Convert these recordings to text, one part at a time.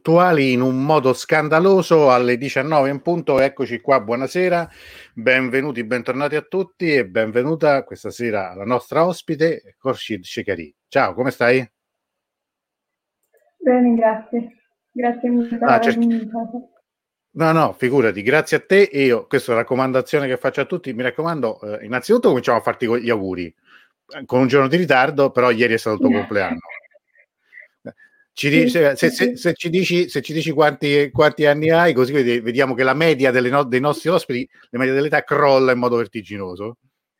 puntuali in un modo scandaloso alle 19 in punto. Eccoci qua, buonasera, benvenuti, bentornati a tutti e benvenuta questa sera alla nostra ospite Khorshid Shekari. Ciao, come stai? Bene, grazie. Grazie mille per avermi invitato. No, figurati, grazie a te. E io, questa è una raccomandazione che faccio a tutti, mi raccomando, innanzitutto cominciamo a farti gli auguri, con un giorno di ritardo, però ieri è stato il tuo compleanno. Se ci dici quanti anni hai, così vediamo che la media dei nostri ospiti, la media dell'età crolla in modo vertiginoso.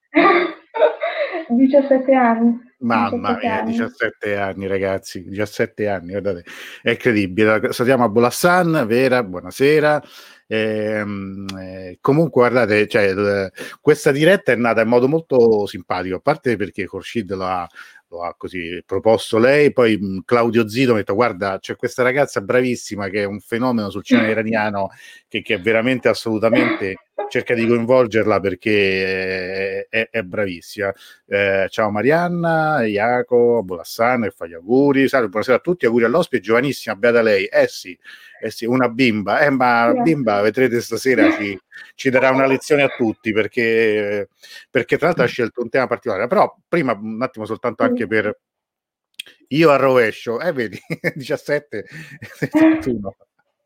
17 anni. Mamma mia, 17 anni ragazzi, 17 anni, guardate, è incredibile. Salutiamo a Bolassan, Vera, buonasera. Comunque guardate, cioè, questa diretta è nata in modo molto simpatico, a parte perché Khorshid lo ha così proposto lei, poi Claudio Zito mi ha detto guarda c'è questa ragazza bravissima che è un fenomeno sul cinema iraniano che è veramente assolutamente cerca di coinvolgerla perché è bravissima. Ciao Marianna, Iaco, Bolassan, che fa gli auguri. Salve, buonasera a tutti, auguri all'ospite, giovanissima, beata lei. Sì, una bimba, ma la bimba vedrete stasera ci darà una lezione a tutti perché tra l'altro ha scelto un tema particolare. Però prima un attimo soltanto anche per io al rovescio, vedi, 17 tu no.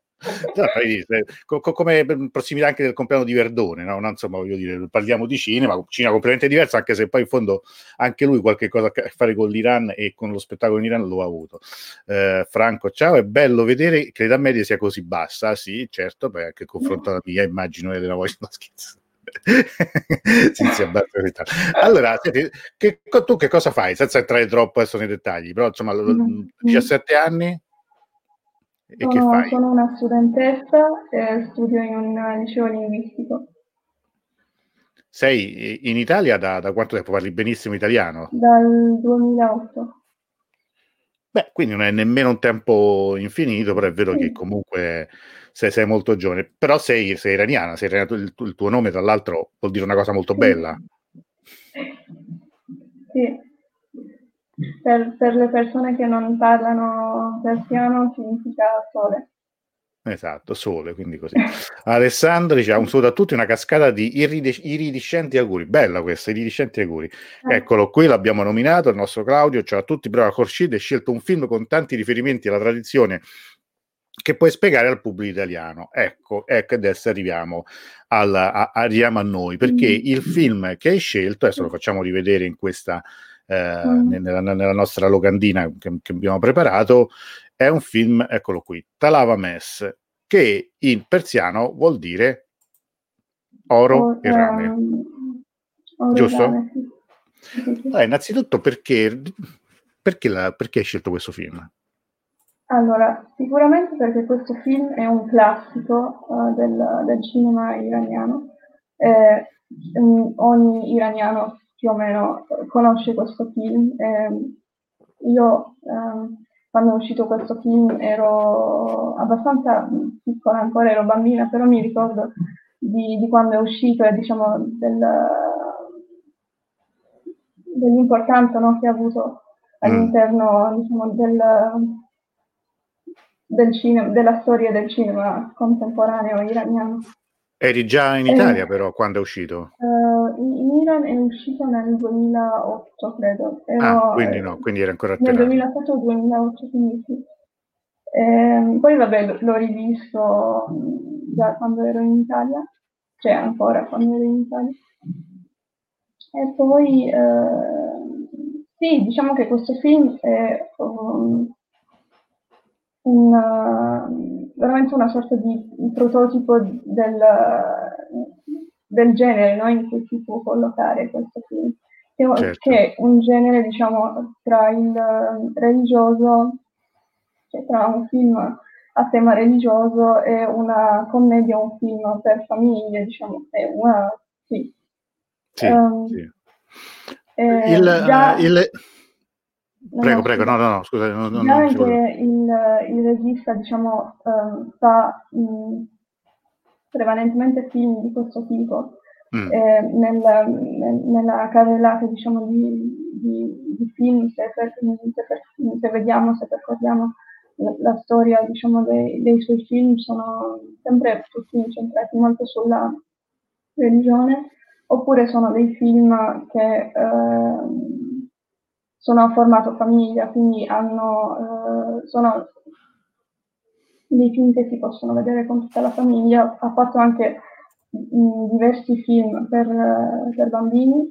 Come prossimità anche del compleanno di Verdone, no? Insomma, voglio dire, parliamo di cinema completamente diverso, anche se poi in fondo anche lui qualche cosa a che fare con l'Iran e con lo spettacolo in Iran lo ha avuto. Franco, ciao, è bello vedere che l'età media sia così bassa. Sì, certo, beh, anche confronto alla mia, immagino della voce da scherzo. Si abbatte l'età. Allora, senti, tu che cosa fai? Senza entrare troppo adesso nei dettagli, però insomma, 17 anni? E che fai? Sono una studentessa e studio in un liceo linguistico. Sei in Italia da quanto tempo? Parli benissimo italiano? Dal 2008. Beh, quindi non è nemmeno un tempo infinito, però è vero che comunque sei molto giovane. Però sei iraniana, il tuo nome tra l'altro vuol dire una cosa molto bella. Sì. Per le persone che non parlano persiano significa sole. Esatto, sole, quindi così. Alessandro dice un saluto a tutti, una cascata di iridescenti auguri. Bella questa, iridescenti auguri. Eccolo qui, l'abbiamo nominato, il nostro Claudio. Ciao a tutti, brava Khorshid, hai scelto un film con tanti riferimenti alla tradizione che puoi spiegare al pubblico italiano. Ecco, adesso arriviamo a noi, perché il film che hai scelto, adesso lo facciamo rivedere in questa nella nostra locandina che abbiamo preparato, è un film, eccolo qui, Talava Mes, che in persiano vuol dire oro e rame. Giusto? Sì. Innanzitutto perché hai scelto questo film? Allora, sicuramente perché questo film è un classico del cinema iraniano. Ogni iraniano più o meno conosce questo film. Io quando è uscito questo film ero abbastanza piccola ancora, ero bambina, però mi ricordo di quando è uscito e diciamo dell'importanza, no, che ha avuto all'interno diciamo, del cinema, della storia del cinema contemporaneo iraniano. Eri già in Italia però quando è uscito? In Iran è uscito nel 2008, credo. Quindi era ancora a Nel Teheran. 2007 o 2008, quindi sì. Poi vabbè, l'ho rivisto già quando ero in Italia, cioè ancora quando ero in Italia. E poi sì, diciamo che questo film è veramente una sorta di prototipo del genere, no? In cui si può collocare questo film. Certo. Che è un genere, diciamo, tra il religioso, cioè tra un film a tema religioso e una commedia, un film per famiglie, diciamo, è una, sì. Sì. Prego, no, scusa, non Già ci volevo. che il regista, diciamo, fa prevalentemente film di questo tipo, nella carrellata, diciamo, di film, se percorriamo la storia, diciamo, dei suoi film sono sempre tutti incentrati molto sulla religione, oppure sono dei film che sono a formato famiglia, quindi sono dei film che si possono vedere con tutta la famiglia. Ha fatto anche diversi film per bambini,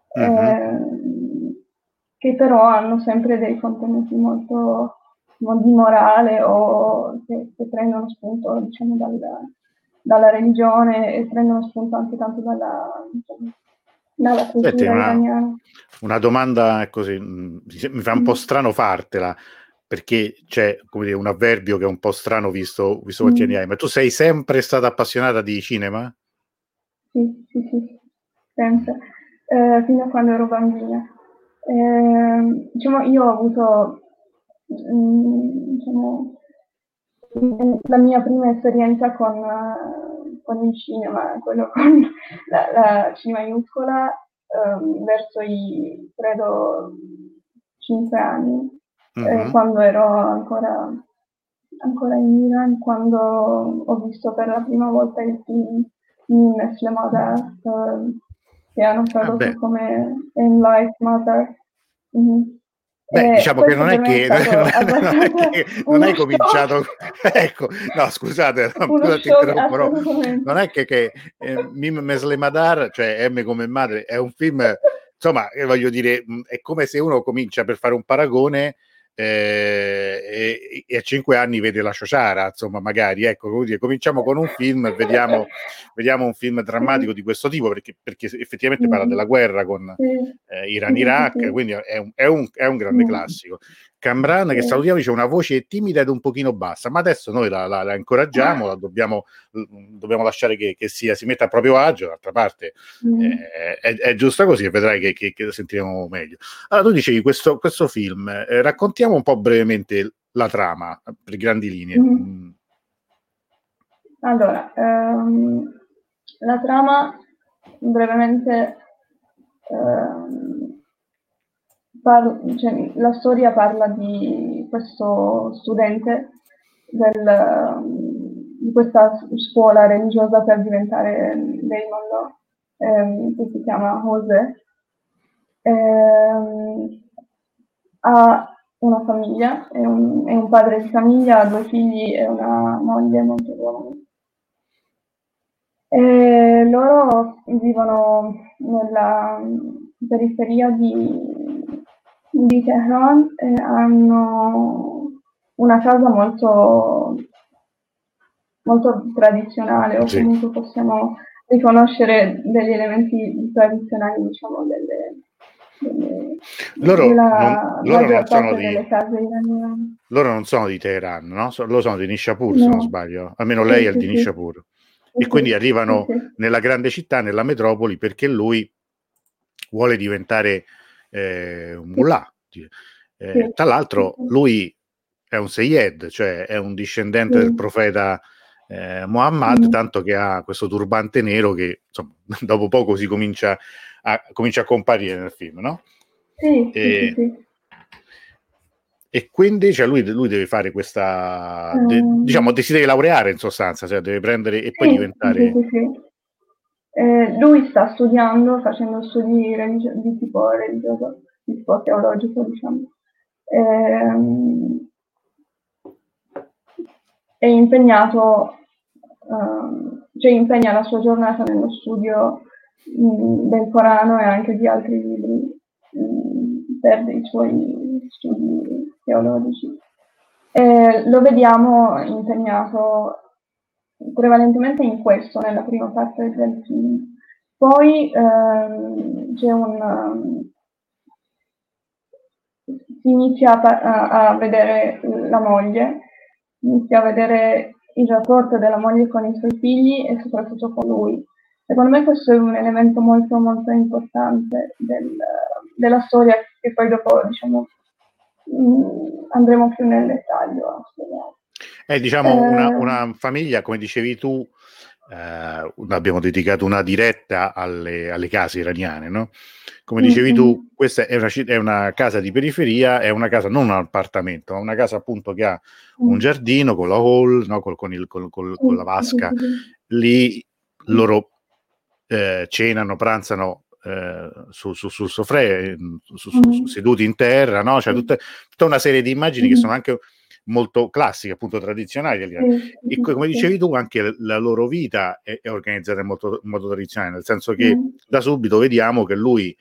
che però hanno sempre dei contenuti molto di morale, o che prendono spunto, diciamo, dalla religione, e prendono spunto anche tanto dalla cultura iraniana. Una domanda così, mi fa un po' strano fartela, perché c'è, come dire, un avverbio che è un po' strano visto quanti anni hai, ma tu sei sempre stata appassionata di cinema? Sì, sempre, fino a quando ero bambina. Diciamo, io ho avuto, diciamo, la mia prima esperienza con il cinema, quello con la C maiuscola, verso i, credo, 5 anni, quando ero ancora in Iran, quando ho visto per la prima volta il film Nestle Mother, che hanno tradotto come In Life Mother. Beh, diciamo che non è che non hai cominciato, ecco, no, scusate, ti interrompo, non è che Mim Mesle Madar, cioè M come madre, è un film, insomma, voglio dire, è come se uno comincia, per fare un paragone, e a 5 anni vede La Ciociara, insomma, magari, ecco, cominciamo con un film e vediamo un film drammatico di questo tipo, perché effettivamente parla della guerra con Iran-Iraq, quindi è un grande classico. Kamran, che salutiamo, dice: una voce timida ed un pochino bassa, ma adesso noi la incoraggiamo, la dobbiamo lasciare che si metta a proprio agio. D'altra parte è giusta così, e vedrai che sentiremo meglio. Allora, tu dicevi questo film, raccontiamo un po' brevemente la trama, per grandi linee. Allora, la trama brevemente, cioè, la storia parla di questo studente di questa scuola religiosa per diventare dei mondo, che si chiama José. Ha una famiglia, è un padre di famiglia, ha 2 figli e una moglie molto giovane. Loro vivono nella periferia di Teheran e hanno una casa molto, molto tradizionale, o comunque possiamo riconoscere degli elementi tradizionali, diciamo, della maggior parte delle case iraniane. Loro non sono di Teheran, no? Loro sono di Nishapur, se non sbaglio. Almeno lei è di Nishapur. E quindi arrivano nella grande città, nella metropoli, perché lui vuole diventare un mullah. Tra l'altro lui è un Sayyed, cioè è un discendente del profeta Muhammad, tanto che ha questo turbante nero che, insomma, dopo poco comincia a comparire nel film, no? Sì. E quindi, cioè, lui deve fare questa, diciamo, si deve laureare, in sostanza, cioè deve prendere e poi diventare... Lui sta studiando, facendo studi di tipo religioso, di tipo teologico, diciamo. È impegnato, cioè impegna la sua giornata nello studio del Corano e anche di altri libri per i suoi studi teologici. Lo vediamo impegnato prevalentemente in questo, nella prima parte del film. Poi c'è si inizia a vedere la moglie, inizia a vedere il rapporto della moglie con i suoi figli e soprattutto con lui. Secondo me questo è un elemento molto molto importante della storia, che poi dopo, diciamo, andremo più nel dettaglio a spiegare. È, diciamo, una famiglia, come dicevi tu, abbiamo dedicato una diretta alle case iraniane, no? Come dicevi tu, questa è una casa di periferia, è una casa, non un appartamento, ma una casa appunto che ha un giardino con la hall, no? Con la vasca. Lì loro cenano, pranzano sul sofrè, seduti in terra, no? Cioè tutta una serie di immagini che sono anche molto classiche, appunto tradizionali e come dicevi tu, anche la loro vita è organizzata in modo tradizionale, nel senso che da subito vediamo che lui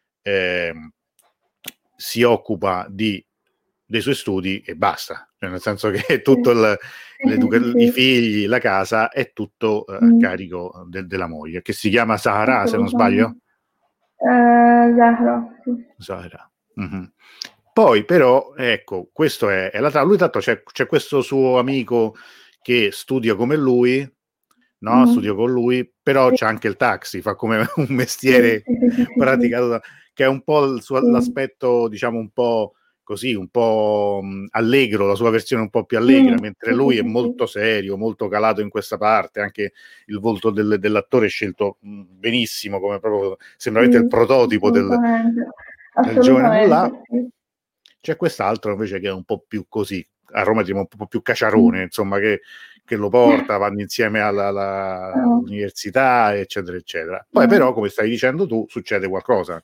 si occupa dei suoi studi e basta, cioè, nel senso che tutto i figli, la casa è tutto a carico della moglie, che si chiama Sahara, se non sbaglio. Zahra. Zahra. Mm-hmm. Poi però, ecco, questo è la trama. Lui tanto c'è questo suo amico che studia come lui, no? Studia con lui, però c'è anche il taxi, fa come un mestiere praticato che è un po' l'aspetto, diciamo, un po' così, un po' allegro, la sua versione un po' più allegra, mentre lui è molto serio, molto calato in questa parte, anche il volto dell'attore è scelto benissimo, come proprio sembra il prototipo del giovane là. C'è quest'altro invece che è un po' più così, a Roma diciamo un po' più caciarone, insomma, che lo porta, vanno insieme all'università, eccetera, eccetera. Poi però, come stai dicendo tu, succede qualcosa.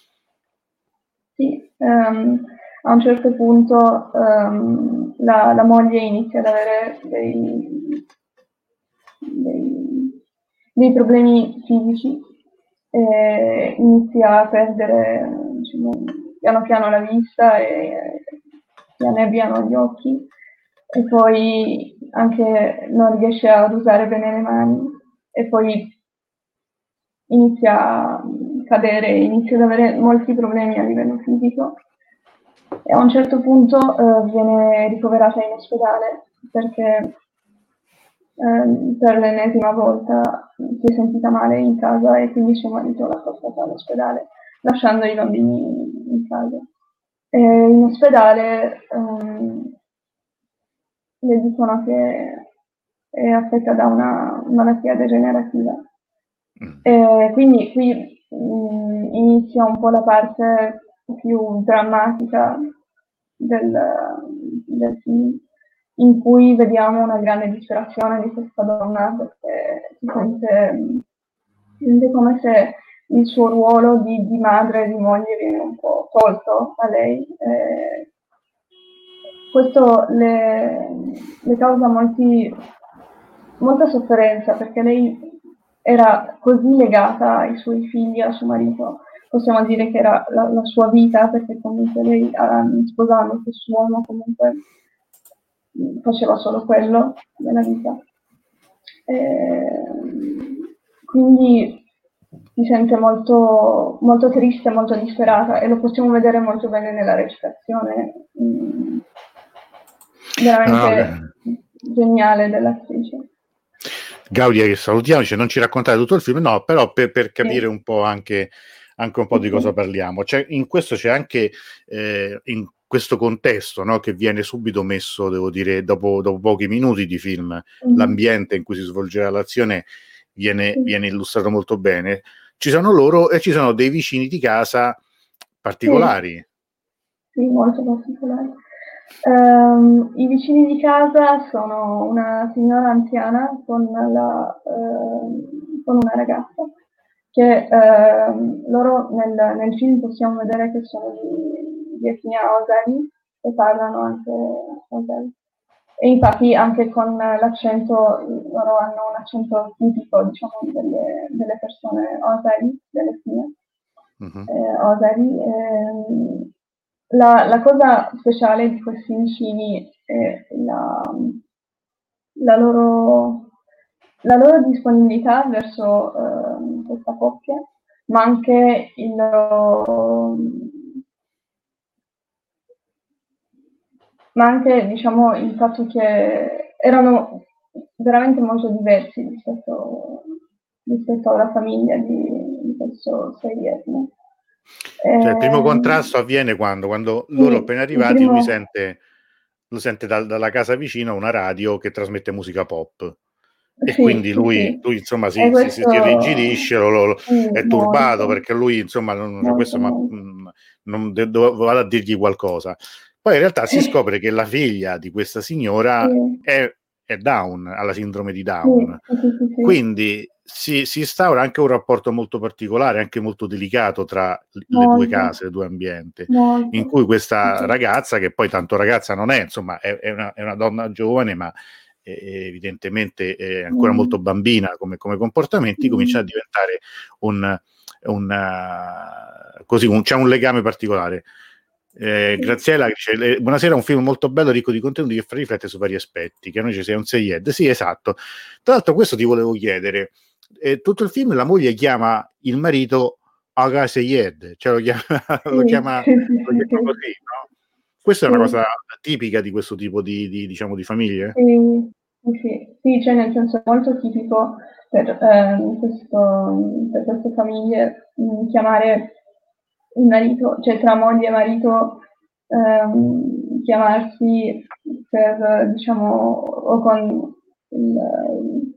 Sì, a un certo punto la moglie inizia ad avere dei problemi fisici, inizia a perdere, diciamo, piano piano la vista e si annebbiano gli occhi e poi anche non riesce ad usare bene le mani e poi inizia a cadere, inizia ad avere molti problemi a livello fisico e a un certo punto viene ricoverata in ospedale perché per l'ennesima volta si è sentita male in casa e quindi suo marito l'ha portata all'ospedale lasciando i bambini in casa. In ospedale le dicono che è affetta da una malattia degenerativa. Quindi qui inizia un po' la parte più drammatica del film, in cui vediamo una grande disperazione di questa donna perché si sente come se il suo ruolo di madre e di moglie viene un po' tolto a lei. Questo le causa molta sofferenza perché lei era così legata ai suoi figli, al suo marito, possiamo dire che era la sua vita perché comunque lei sposando questo uomo comunque faceva solo quello nella vita. Quindi si sente molto, molto triste, molto disperata e lo possiamo vedere molto bene nella recitazione veramente geniale dell'attrice. Gaudia, che salutiamo, non ci raccontare tutto il film, no, però per capire un po' anche un po' di cosa parliamo. In questo c'è anche in questo contesto, no, che viene subito messo, devo dire, dopo pochi minuti di film, l'ambiente in cui si svolgerà l'azione viene illustrato molto bene. Ci sono loro e ci sono dei vicini di casa particolari. Sì, molto particolari. I vicini di casa sono una signora anziana con una ragazza che loro nel film possiamo vedere che sono di etnia Azeri e parlano anche Azeri. E infatti anche con l'accento, loro hanno un accento tipico, diciamo, delle persone Azeri, dell'etnia Azeri. La cosa speciale di questi vicini è la loro disponibilità verso questa coppia, ma anche diciamo il fatto che erano veramente molto diversi rispetto alla famiglia di questo Seyed. Cioè, il primo contrasto avviene quando loro appena arrivati lui lo sente dalla casa vicina una radio che trasmette musica pop e sì, quindi sì, lui sì. insomma E si irrigidisce, è turbato molto, perché lui insomma cioè, molto, questo ma molto. vado a dirgli qualcosa. Poi in realtà si scopre che la figlia di questa signora Sì, è Down, ha la sindrome di sì, Down. sì, sì, sì, sì. Quindi si instaura anche un rapporto molto particolare, anche molto delicato tra le due Molto, case, i due ambienti, in molto. cui Sì, questa sì. ragazza, che poi tanto ragazza non è, insomma, è una donna giovane, ma evidentemente è ancora molto Mm, bambina come comportamenti, comincia a mm, diventare così, c'è un legame particolare. sì. Graziella dice: buonasera, un film molto bello, ricco di contenuti che riflette su vari aspetti. Che noi ci sia un Seyed. Sì, esatto. Tra l'altro, questo ti volevo chiedere: tutto il film la moglie chiama il marito Aga Seyed, cioè lo chiama, Sì, sì, sì, lo sì, chiama sì. così, no? Questa è una Sì. cosa tipica di questo tipo diciamo, di famiglie? Sì, sì, sì, sì, cioè nel senso è molto tipico per queste famiglie chiamare il marito, cioè tra moglie e marito, chiamarsi per, diciamo, il,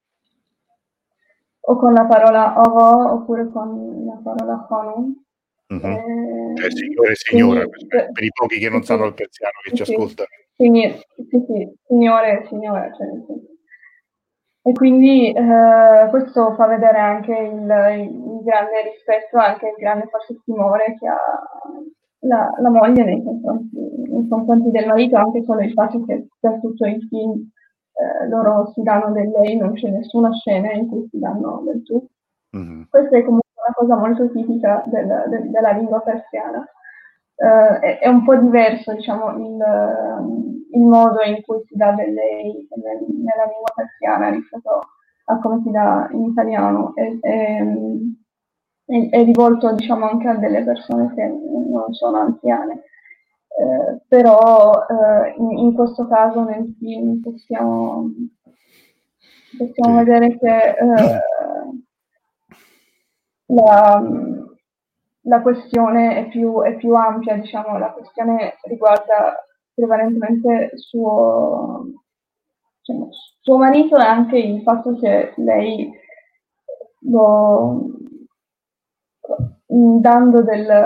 o con la parola ovo oppure con la parola honum. Mhm. Signore e signora, Quindi, per i pochi che sì, non sanno sì, il persiano che sì, ci sì, ascoltano. sì, sì, signore e signora, cioè nel senso. E quindi questo fa vedere anche il grande rispetto, anche il grande forse timore che ha la moglie nei confronti del marito, anche solo il fatto che per tutto il film loro si danno del lei, non c'è nessuna scena in cui si danno del tu. Mhm. Questa è comunque una cosa molto tipica della lingua persiana. È un po' diverso, diciamo, il modo in cui si dà del lei nella lingua persiana rispetto a come si dà in italiano. È rivolto, diciamo, anche a delle persone che non sono anziane. Però in questo caso nel film possiamo Sì. vedere che la, la questione è più ampia, diciamo, la questione riguarda prevalentemente cioè, suo marito e anche il fatto che lei lo, dando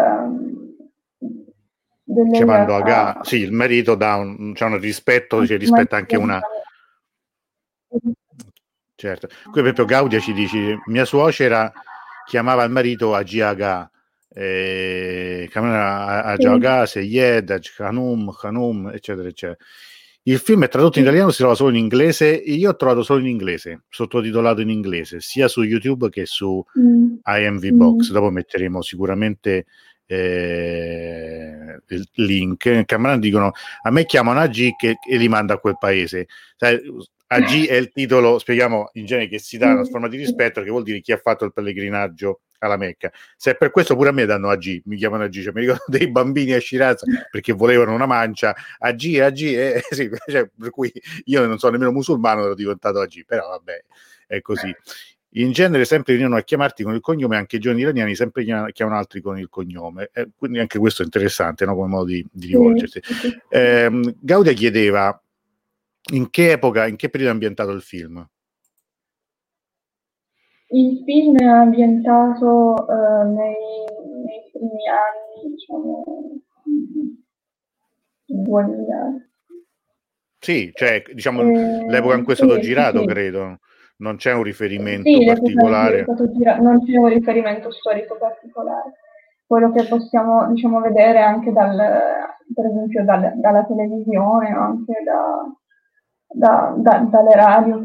del lei Chiamando Aga, sì, il marito c'ha un rispetto, a cioè, suo rispetta anche marito, una. diciamo, Certo. Qui per esempio Gaudia ci dice: mia suocera chiamava il marito Agiaga, chiamava sì, Agiaga, Seyed, Hanum, eccetera, eccetera. Il film è tradotto in sì, italiano, si trova solo in inglese. Io ho trovato solo in inglese, sottotitolato in inglese, sia su YouTube che su mm, IMV Box. mm, Dopo metteremo sicuramente il link. Cameron dicono: a me chiamano AG e li manda a quel paese. Sai, AG è il titolo, spieghiamo in genere, che si dà una forma di sì, rispetto, che vuol dire chi ha fatto il pellegrinaggio alla Mecca. Se è per questo pure a me danno AG, mi chiamano AG, cioè, mi ricordo dei bambini a Shiraz perché volevano una mancia, AG, sì, cioè, per cui io non sono nemmeno musulmano, ero diventato AG, però vabbè, è così. In genere sempre venivano a chiamarti con il cognome, anche i giovani iraniani sempre chiamano altri con il cognome, quindi anche questo è interessante, no? Come modo di sì, rivolgersi. sì, sì. Gaudia chiedeva in che epoca, in che periodo è ambientato il film? Il film è ambientato nei primi anni, diciamo, 2000. Sì, cioè diciamo l'epoca in cui è stato Sì, sì, girato, sì. credo. Non c'è un riferimento Sì, l'epoca in cui è particolare. stato girato, non c'è un riferimento storico particolare. Quello che possiamo, diciamo, vedere anche per esempio dalla televisione, anche dalle radio,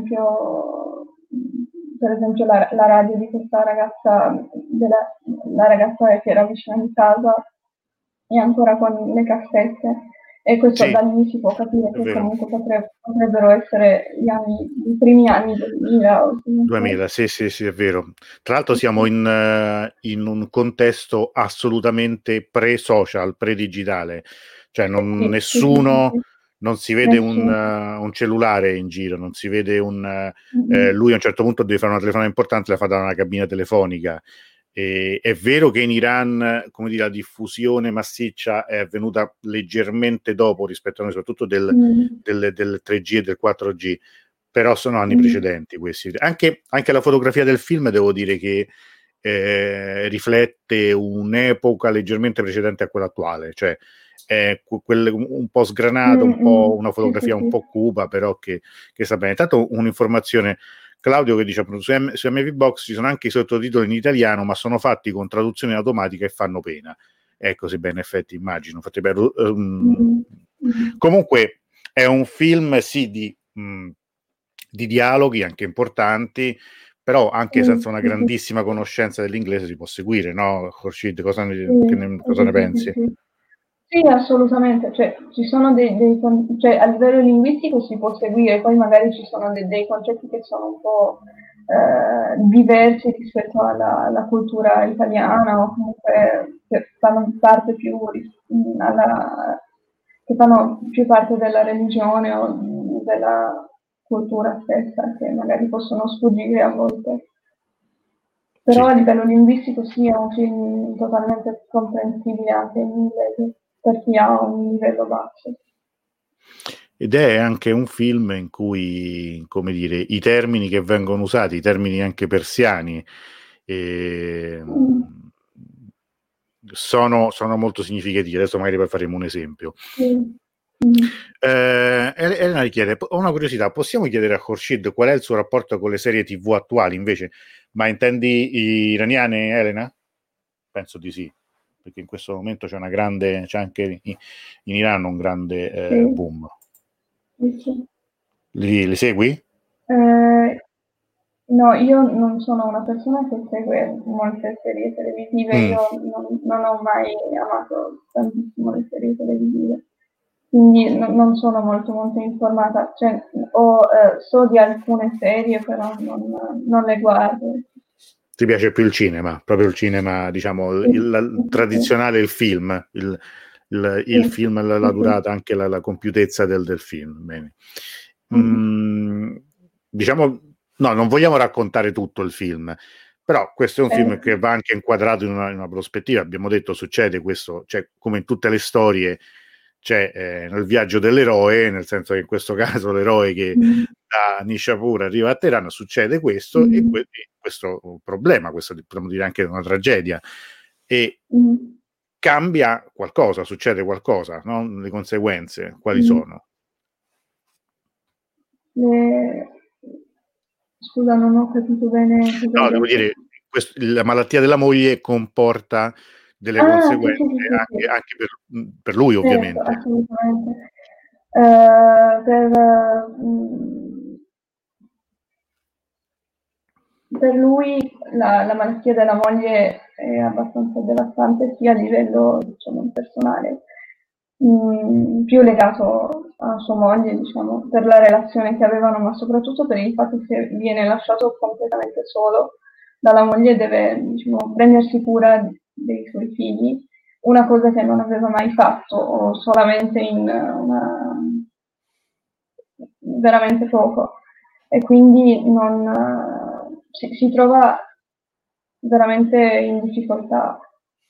per esempio la radio di questa ragazza, la ragazza che era vicino di casa, e ancora con le cassette. E questo Sì, da lì si può capire è che vero. comunque potrebbero essere i primi anni 2000 o comunque. 2000, sì, sì, sì, è vero. Tra l'altro siamo in un contesto assolutamente pre-social, pre-digitale, cioè Sì, sì, sì, sì, nessuno, sì. non si vede Nessuno. un cellulare in giro, non si vede Mm-mm. lui a un certo punto deve fare una telefonata importante, la fa da una cabina telefonica. E è vero che in Iran, come dire, la diffusione massiccia è avvenuta leggermente dopo rispetto a noi, soprattutto Mm. del 3G e del 4G, però sono anni precedenti questi. Anche la fotografia del film, devo dire che riflette un'epoca leggermente precedente a quella attuale, cioè un po' sgranata, un po' una fotografia un po' cupa, però che sta bene. Tanto un'informazione, Claudio, che dice su MV Box ci sono anche i sottotitoli in italiano, ma sono fatti con traduzione automatica e fanno pena. Ecco, sì, beh, in effetti immagino. Comunque è un film, sì, di dialoghi anche importanti, però anche senza una grandissima conoscenza dell'inglese si può seguire, no? Khurshid, cosa ne pensi? Sì, assolutamente, cioè ci sono cioè, a livello linguistico si può seguire, poi magari ci sono dei concetti che sono un po' diversi rispetto alla cultura italiana o comunque che fanno parte che fanno più parte della religione o della cultura stessa, che magari possono sfuggire a volte. Però a livello linguistico sì, è un film totalmente comprensibile anche in inglese per chi ha un livello basso. Ed è anche un film in cui, come dire, i termini che vengono usati, i termini anche persiani, sono molto significativi. Adesso magari poi faremo un esempio. Elena richiede, ho una curiosità, possiamo chiedere a Khurshid qual è il suo rapporto con le serie TV attuali invece? Ma intendi iraniane, Elena? Penso di sì, perché in questo momento c'è anche in Iran un grande boom. Li segui? No, io non sono una persona che segue molte serie televisive, io non ho mai amato tantissimo le serie televisive, quindi non sono molto informata, cioè, so di alcune serie, però non le guardo. Ti piace più il cinema, proprio il cinema, diciamo, il tradizionale, il film, il film, la durata, anche la compiutezza del film. Bene. Diciamo, no, non vogliamo raccontare tutto il film, però questo è un film che va anche inquadrato in una prospettiva. Abbiamo detto, succede questo, cioè, come in tutte le storie, c'è nel viaggio dell'eroe, nel senso che in questo caso l'eroe che da Nishapur arriva a Teheran, succede questo e questo problema, questo potremmo dire anche una tragedia, e cambia qualcosa, succede qualcosa, no? Le conseguenze quali sono? Scusa, non ho capito bene. No, devo dire, la malattia della moglie comporta delle conseguenze sì. anche per lui, ovviamente. Certo, assolutamente. Per lui la malattia della moglie è abbastanza devastante sia a livello, diciamo, personale, più legato a sua moglie, diciamo, per la relazione che avevano, ma soprattutto per il fatto che viene lasciato completamente solo dalla moglie e deve, diciamo, prendersi cura dei suoi figli, una cosa che non aveva mai fatto o solamente veramente poco. E quindi si trova veramente in difficoltà.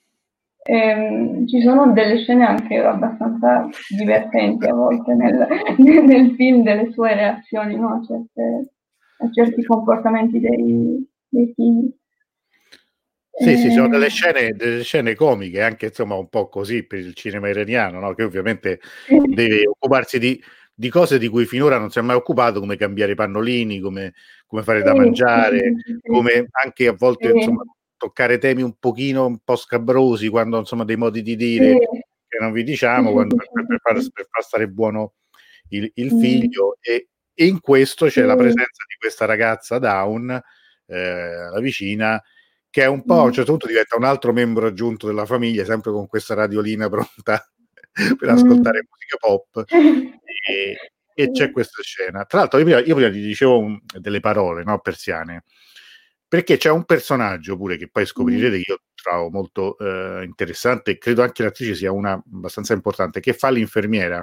Ci sono delle scene anche abbastanza divertenti a volte nel film, delle sue reazioni, no? A certi comportamenti dei figli. Sì, sono delle scene comiche, anche insomma un po' così per il cinema iraniano, no? Che ovviamente deve occuparsi di cose di cui finora non si è mai occupato, come cambiare i pannolini, come fare da mangiare, come anche a volte insomma toccare temi un po' scabrosi, quando insomma dei modi di dire che non vi diciamo, per far stare buono il figlio, e in questo c'è la presenza di questa ragazza Down, la vicina, che è un po', a un certo punto diventa un altro membro aggiunto della famiglia, sempre con questa radiolina pronta per ascoltare musica pop, e c'è questa scena. Tra l'altro io prima ti dicevo delle parole, no, persiane, perché c'è un personaggio pure che poi scoprirete che io trovo molto interessante, credo anche l'attrice sia una abbastanza importante, che fa l'infermiera.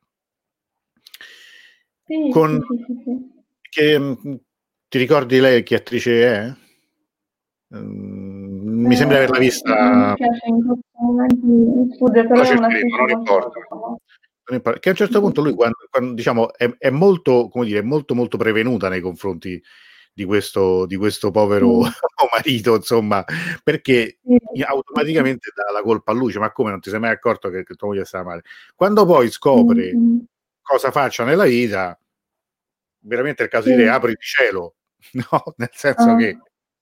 Sì. Che, ti ricordi lei che attrice è? Mi sembra averla vista. Mi spiace, in questo momento mi sfugge, però è Lo cercheremo, un'attrice non molto importa. molto famosa. che a un certo punto lui quando diciamo è molto, come dire, molto prevenuta nei confronti di questo povero marito, insomma, perché automaticamente dà la colpa a lui, cioè, ma come non ti sei mai accorto che tua moglie stava male? Quando poi scopre cosa faccia nella vita, veramente è il caso di dire apri il cielo, no? Nel senso che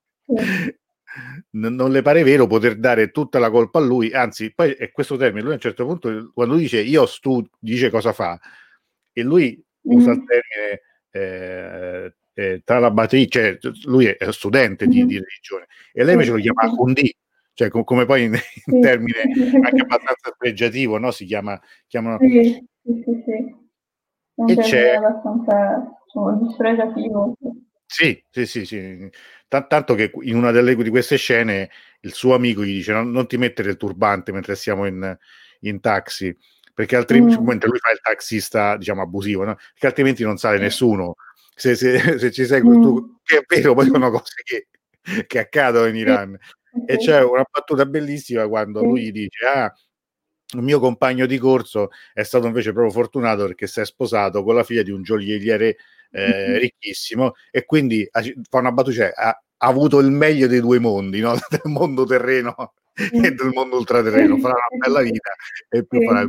non le pare vero poter dare tutta la colpa a lui, anzi poi è questo termine, lui a un certo punto quando lui dice dice cosa fa e lui usa il termine cioè lui è studente di religione e lei invece lo chiama Hundi, cioè come poi in termine anche abbastanza spregiativo, no? Chiamano sì. Un termine abbastanza dispregiativo. Sì. Tanto che in una di queste scene il suo amico gli dice non ti mettere il turbante mentre siamo in taxi, perché altrimenti mentre lui fa il taxista, diciamo, abusivo, no? Perché altrimenti non sale nessuno. Se ci sei tu, che è vero, poi sono cose che accadono in Iran. E c'è una battuta bellissima quando lui gli dice il mio compagno di corso è stato invece proprio fortunato perché si è sposato con la figlia di un gioielliere ricchissimo e quindi fa una battuta, cioè, ha avuto il meglio dei due mondi, no? Del mondo terreno e del mondo ultraterreno, farà una bella vita e più farà.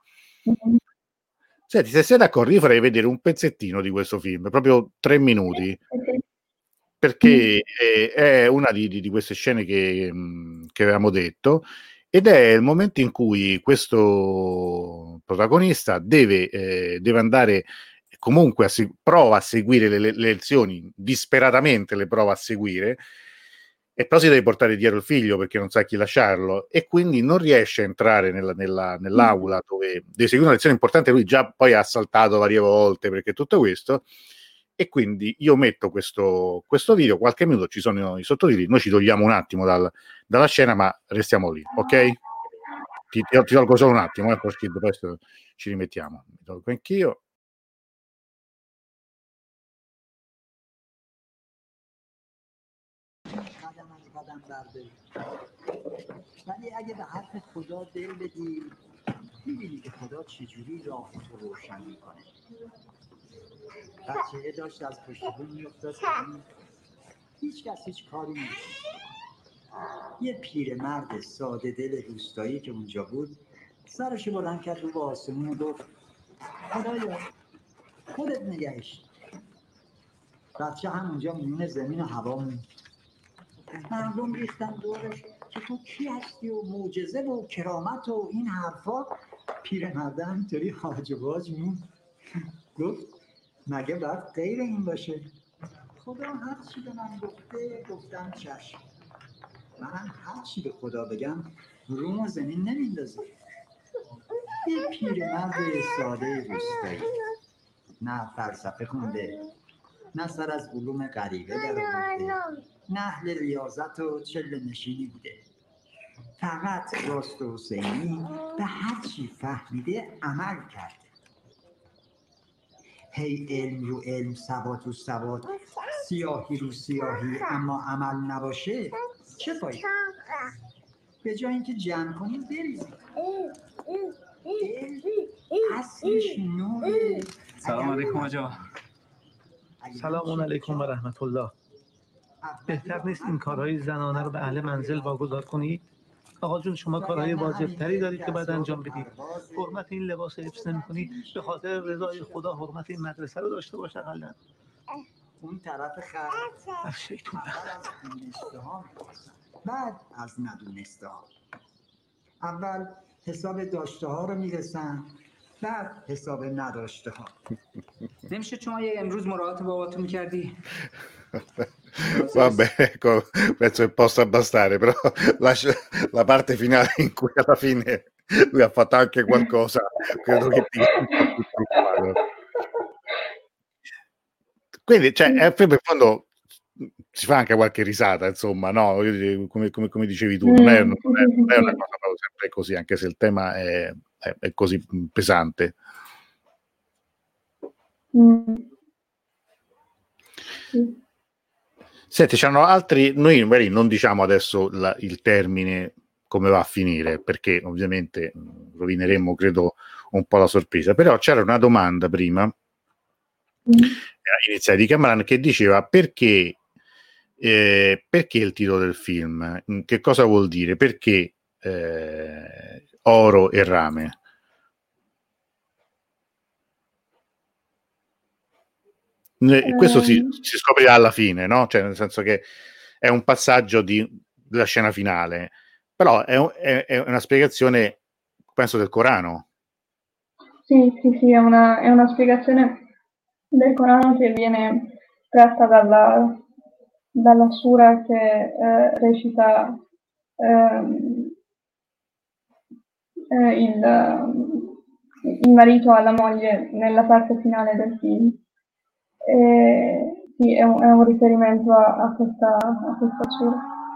Senti, se sei d'accordo, io farei vedere un pezzettino di questo film, proprio 3 minuti, perché è una di queste scene che avevamo detto, ed è il momento in cui questo protagonista deve andare comunque prova a seguire le lezioni, disperatamente le prova a seguire, e però si deve portare dietro il figlio perché non sa chi lasciarlo e quindi non riesce a entrare nell'aula dove deve seguire una lezione importante. Lui già poi ha saltato varie volte perché tutto questo, e quindi io metto questo video, qualche minuto, ci sono i sottotitoli, noi ci togliamo un attimo dalla scena ma restiamo lì, ok? Ti tolgo solo un attimo, poi ci rimettiamo, mi tolgo anch'io. قدم برداری ولی اگه به حرف خدا دل بدی میبینی که خدا چجوری راه تو روشن میکنه. بچه داشت از پشت بوم میافتاد هیچ کس هیچ کاری نمی‌کرد. یه پیرمرد ساده دل روستایی که اونجا بود سرش بلند کرد رو به آسمون و گفت خدایا خودت نگهش. بچه همونجا میونه زمین و هوا موند. مردم ریختن دورش که تو کی هستی و معجزه و کرامت و این حرفا. پیرمرد همینطوری هاج و واج موند. گفت مگه باید غیر این باشه؟ خدا هر چی به من گفته گفتم چشم. منم هر چی به خدا بگم روم و زمین نمیندازه. یه پیرمرد ساده روستایی، نه فلسفه خونده، نه سر از علوم غریبه درآورده، نه اهل ریاضت و چله نشینی بوده. فقط راست و حسینی به هر چی فهمیده عمل کرده. هی علم رو علم، سواد رو سواد، سیاهی رو سیاهی، اما عمل نباشه چه فایده؟ به جای اینکه جمع کنیم بریزیم. اصلش نوره. سلام علیکم آجا. سلام علیکم و رحمت الله. بهتر نیست این کارهای زنانه رو به اهل منزل واگذار کنید؟ آقا جون شما کارهای واجبتری دارید که باید انجام بدید. حرمت این لباس حفظ نمی‌کنید، به خاطر رضای خدا حرمت این مدرسه رو داشته باش اقلا. اون طرف خرد شیطون بعد از ندونسته ها. اول حساب داشته ها رو میرسن، بعد حساب نداشته ها. نمیشه شما امروز مراقبت باباتون میکردی؟ Vabbè, ecco, penso che possa bastare, però la parte finale in cui alla fine lui ha fatto anche qualcosa, credo che ti un po' più preoccupato. Quindi, cioè, in fondo si fa anche qualche risata, insomma, no? Come dicevi tu, non è una cosa proprio sempre così, anche se il tema è così pesante. Senti, c'hanno altri, noi magari non diciamo adesso il termine come va a finire, perché ovviamente rovineremmo, credo, un po' la sorpresa. Però c'era una domanda prima iniziale di Kamran che diceva perché il titolo del film, che cosa vuol dire, perché oro e rame? Questo si scoprirà alla fine, no? Cioè, nel senso che è un passaggio della scena finale, però è una spiegazione, penso, del Corano. Sì, è una spiegazione del Corano che viene tratta dalla sura che recita il marito alla moglie nella parte finale del film. Sì, è un riferimento a questa sura.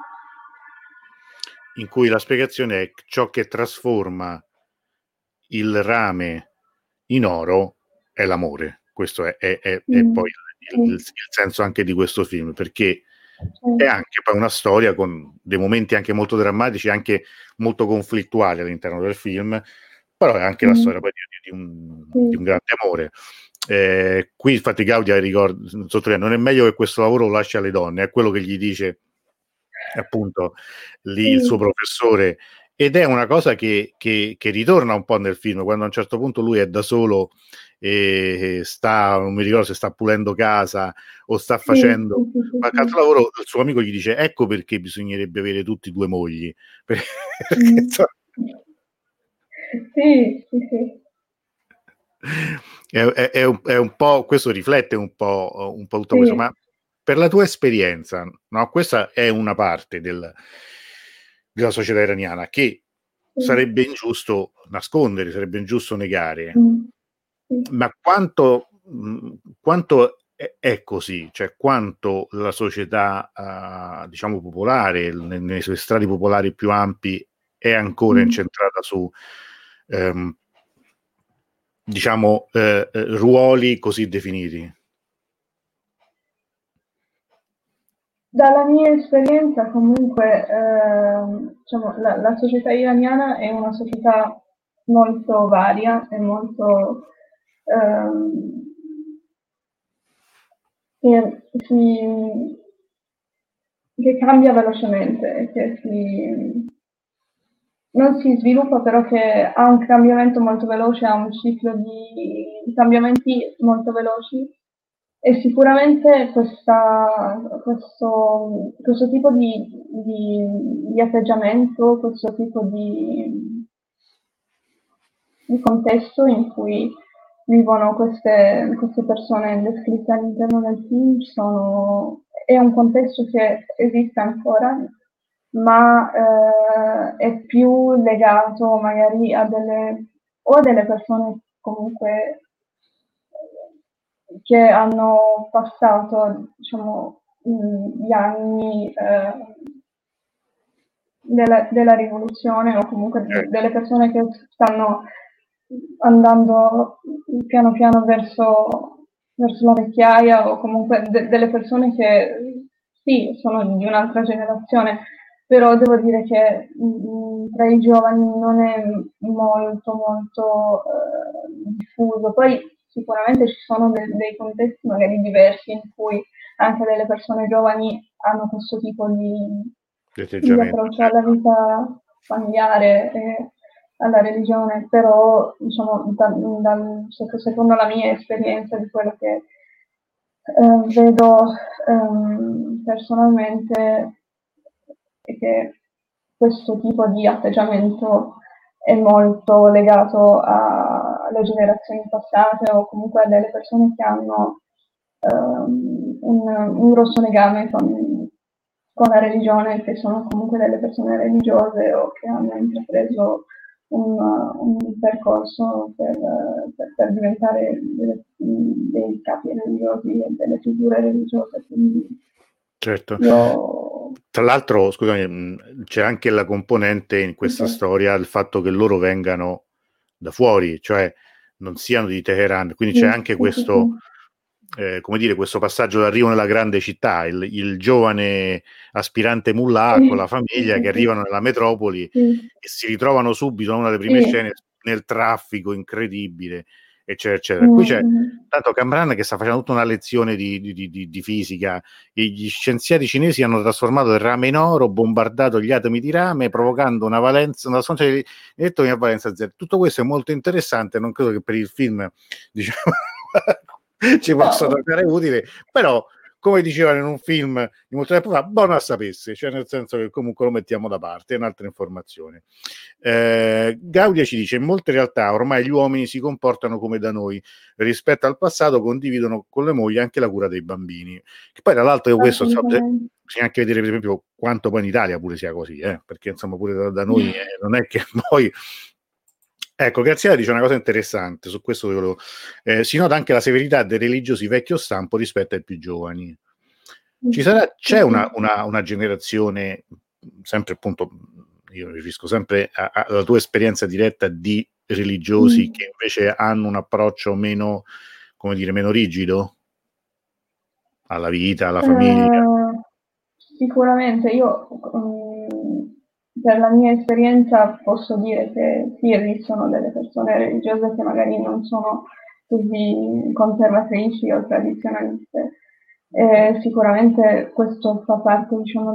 In cui la spiegazione è ciò che trasforma il rame in oro è l'amore. Questo è poi il senso anche di questo film, perché è anche poi una storia con dei momenti anche molto drammatici, anche molto conflittuali all'interno del film, però è anche la storia poi di un grande amore. Qui infatti Gaudia sottolinea, non è meglio che questo lavoro lo lasci alle donne, è quello che gli dice appunto lì il suo professore, ed è una cosa che ritorna un po' nel film, quando a un certo punto lui è da solo e non mi ricordo se sta pulendo casa o sta facendo qualche altro lavoro, il suo amico gli dice ecco perché bisognerebbe avere tutti 2 mogli, perché sì. È un po', questo riflette un po' tutto questo, ma per la tua esperienza, no? Questa è una parte della società iraniana che sarebbe ingiusto nascondere, sarebbe ingiusto negare, ma quanto è così, cioè quanto la società diciamo popolare, nei suoi strati popolari più ampi è ancora incentrata su diciamo ruoli così definiti? Dalla mia esperienza comunque diciamo, la società iraniana è una società molto varia e molto che cambia velocemente, non si sviluppa, però che ha un cambiamento molto veloce, ha un ciclo di cambiamenti molto veloci, e sicuramente questo tipo di atteggiamento, questo tipo di contesto in cui vivono queste persone descritte all'interno del film è un contesto che esiste ancora, ma è più legato magari a delle persone comunque che hanno passato, diciamo, gli anni della rivoluzione, o comunque delle persone che stanno andando piano piano verso la vecchiaia, o comunque delle persone che sì, sono di un'altra generazione, però devo dire che tra i giovani non è molto diffuso. Poi sicuramente ci sono dei contesti magari diversi in cui anche delle persone giovani hanno questo tipo di approccio alla vita familiare e alla religione, però diciamo secondo la mia esperienza di quello che vedo personalmente è che questo tipo di atteggiamento è molto legato alle generazioni passate, o comunque a delle persone che hanno un grosso legame con la religione, che sono comunque delle persone religiose o che hanno intrapreso un percorso per diventare dei capi religiosi e delle figure religiose. Quindi certo. Tra l'altro, scusami, c'è anche la componente in questa storia il fatto che loro vengano da fuori, cioè non siano di Teheran, quindi c'è anche questo come dire, questo passaggio d'arrivo nella grande città, il giovane aspirante mullah con la famiglia che arrivano nella metropoli e si ritrovano subito, una delle prime scene, nel traffico incredibile, eccetera, eccetera. Qui c'è tanto Kamran che sta facendo tutta una lezione di fisica. Gli scienziati cinesi hanno trasformato il rame in oro, bombardato gli atomi di rame, provocando una sonda di elettroni a valenza zero. Tutto questo è molto interessante, non credo che per il film, diciamo, ci possa tornare utile, però come dicevano in un film di molto tempo fa, buono a sapesse, cioè nel senso che comunque lo mettiamo da parte, è un'altra informazione. Gaudia ci dice: in molte realtà ormai gli uomini si comportano come da noi, rispetto al passato condividono con le mogli anche la cura dei bambini. Che poi tra l'altro questo bisogna anche vedere per esempio quanto poi in Italia pure sia così, perché insomma pure da noi non è che poi... Ecco, Graziella dice una cosa interessante, su questo si nota anche la severità dei religiosi vecchio stampo rispetto ai più giovani. C'è una generazione, sempre appunto, io mi riferisco sempre alla tua esperienza diretta di religiosi che invece hanno un approccio meno, come dire, meno rigido alla vita, alla famiglia. Sicuramente, io per la mia esperienza posso dire che sì, esistono delle persone religiose che magari non sono così conservatrici o tradizionaliste. Sicuramente questo fa parte, diciamo,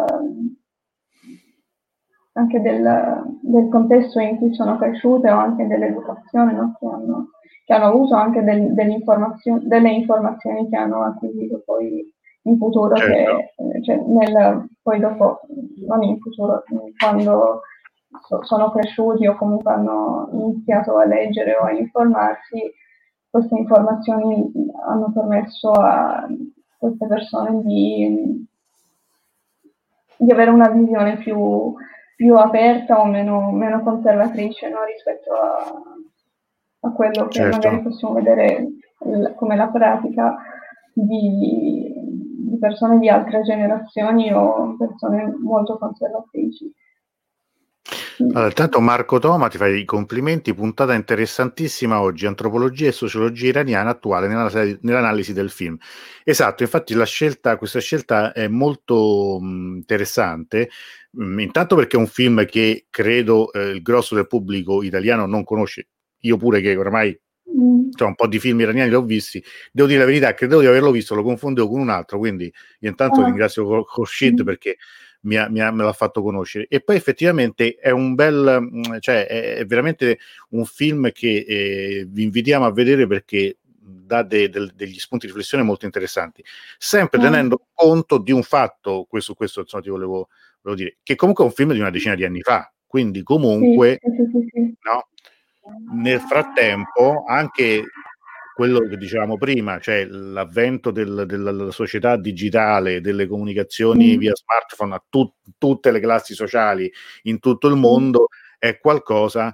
anche del contesto in cui sono cresciute o anche dell'educazione, no? che hanno avuto, anche delle informazioni che hanno acquisito poi in futuro, certo. poi dopo, non in futuro, quando sono cresciuti o comunque hanno iniziato a leggere o a informarsi, queste informazioni hanno permesso a queste persone di avere una visione più aperta o meno conservatrice, no? Rispetto a quello che magari possiamo vedere come la pratica di persone di altre generazioni o persone molto conservatrici. Allora, intanto Marco Toma ti fa i complimenti, puntata interessantissima oggi, antropologia e sociologia iraniana attuale nell'analisi del film. Esatto, infatti questa scelta è molto interessante, intanto perché è un film che credo il grosso del pubblico italiano non conosce, io pure che ormai un po' di film iraniani li ho visti, devo dire la verità, credevo di averlo visto, lo confondevo con un altro, quindi io intanto ringrazio Khurshid perché me l'ha fatto conoscere. E poi effettivamente è un cioè è veramente un film che vi invitiamo a vedere perché dà degli spunti di riflessione molto interessanti, sempre tenendo conto di un fatto, questo insomma, ti volevo dire, che comunque è un film di una decina di anni fa, quindi comunque no? Nel frattempo anche quello che dicevamo prima, cioè l'avvento della società digitale, delle comunicazioni via smartphone a tutte le classi sociali in tutto il mondo, è qualcosa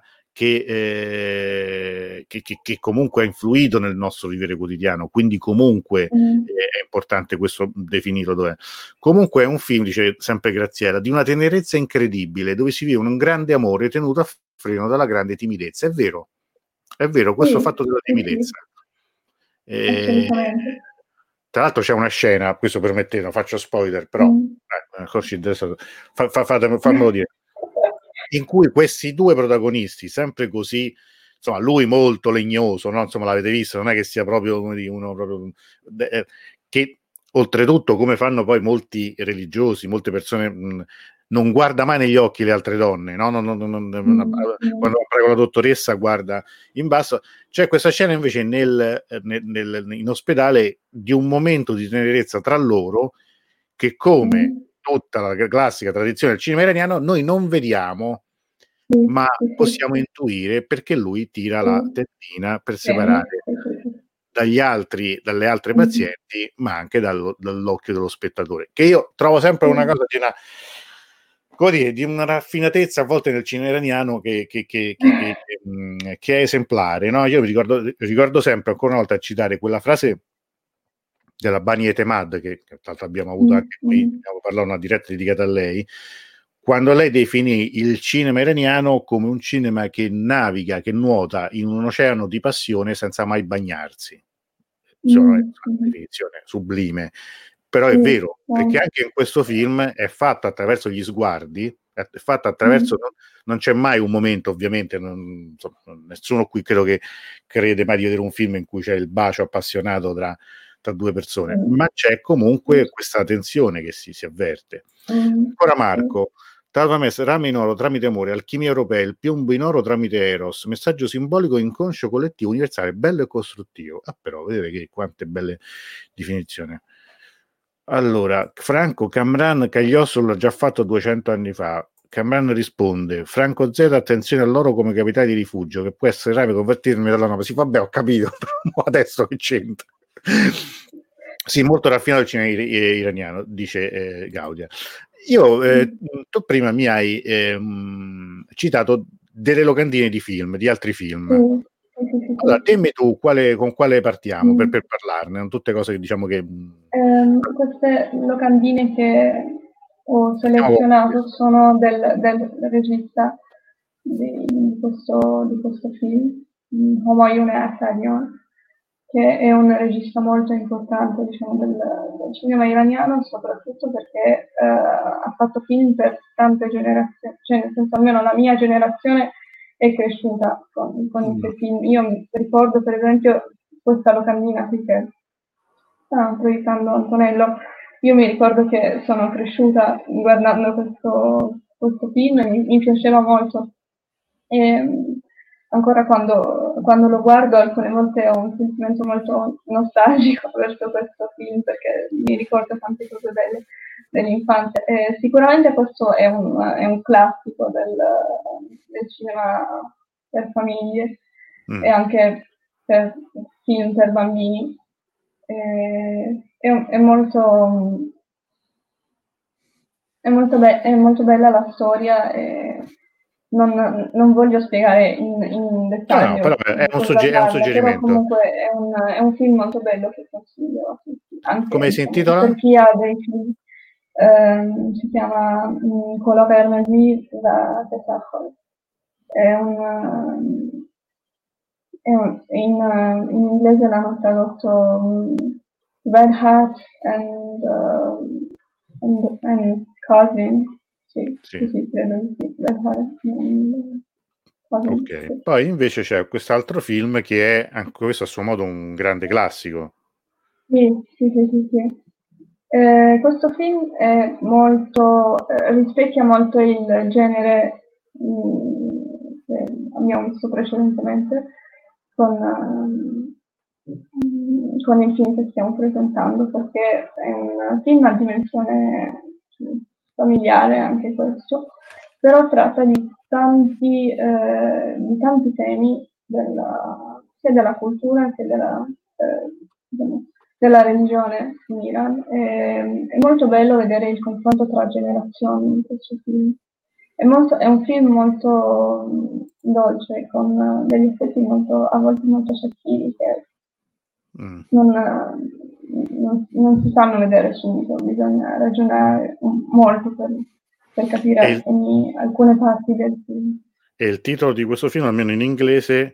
che comunque ha influito nel nostro vivere quotidiano, quindi comunque è importante questo definirlo dov'è. Comunque è un film, dice sempre Graziella, di una tenerezza incredibile, dove si vive un grande amore tenuto a freno dalla grande timidezza. È vero, questo fatto della timidezza. Tra l'altro c'è una scena, questo permettete, non faccio spoiler, però fammelo dire, in cui questi due protagonisti, sempre così, insomma, lui molto legnoso, no? Insomma, l'avete visto, non è che sia proprio come dire, uno proprio che oltretutto, come fanno poi molti religiosi, molte persone, non guarda mai negli occhi le altre donne, no? Quando prego la dottoressa guarda in basso. C'è questa scena invece in ospedale di un momento di tenerezza tra loro che, come tutta la classica tradizione del cinema iraniano, noi non vediamo, ma possiamo intuire, perché lui tira la tendina per separare dalle altre pazienti, ma anche dall'occhio dello spettatore, che io trovo sempre una cosa di una raffinatezza a volte nel cinema iraniano che è esemplare, no? Io mi ricordo sempre, ancora una volta, a citare quella frase della Bani Etemad, che tra l'altro abbiamo avuto anche qui, abbiamo parlato una diretta dedicata a lei, quando lei definì il cinema iraniano come un cinema che naviga, che nuota in un oceano di passione senza mai bagnarsi. Insomma, è una definizione sublime. però è vero, perché anche in questo film è fatto attraverso gli sguardi, è fatto attraverso, non c'è mai un momento, ovviamente, insomma, nessuno qui credo che crede mai di vedere un film in cui c'è il bacio appassionato tra due persone, ma c'è comunque questa tensione che si avverte. Ancora Marco, Tavames, rame in oro tramite amore, alchimia europea, il piombo in oro tramite Eros, messaggio simbolico, inconscio, collettivo, universale, bello e costruttivo. Però vedete che quante belle definizioni. Allora, Franco Camran Cagliostro l'ha già fatto 200 anni fa. Camran risponde: Franco Z, attenzione a loro come capitali di rifugio, che può essere rame convertirmi dalla nave. Sì, vabbè, ho capito, però adesso che c'entra? Sì, molto raffinato il cinema iraniano, dice Gaudia. Io, tu prima mi hai citato delle locandine di film, di altri film. Allora, dimmi tu con quale partiamo per parlarne, non tutte cose che diciamo che... Queste locandine che ho selezionato sono del regista di questo film, Humayun Ertalian, che è un regista molto importante, diciamo, del cinema iraniano, soprattutto perché ha fatto film per tante generazioni, cioè nel senso almeno la mia generazione è cresciuta con i suoi film. Io mi ricordo per esempio questa locandina qui che sta proiettando Antonello. Io mi ricordo che sono cresciuta guardando questo film e mi piaceva molto. E ancora quando lo guardo alcune volte ho un sentimento molto nostalgico verso questo film perché mi ricorda tante cose belle dell'infanzia. Sicuramente questo è un classico del cinema per famiglie e anche per film per bambini. È molto bella la storia e non voglio spiegare in dettaglio. No, però è un suggerimento. Però comunque è un film molto bello che consiglio a tutti, anche come si intitola? per chi ha dei film. Si chiama Color Energy da Tesachol. In inglese l'hanno tradotto Red Hat and Cousin. Sì. Credo sì, Red Hat and Cousin. Ok, poi invece c'è quest'altro film che è anche questo a suo modo un grande classico. Sì. Questo film è rispecchia molto il genere che abbiamo visto precedentemente con il film che stiamo presentando, perché è un film a dimensione familiare anche questo, però tratta di tanti temi sia della cultura che della religione in Iran. È molto bello vedere il confronto tra generazioni in questo film. È un film molto dolce, con degli effetti a volte molto sottili che non si sanno vedere subito, bisogna ragionare molto per capire alcune parti del film. E il titolo di questo film, almeno in inglese,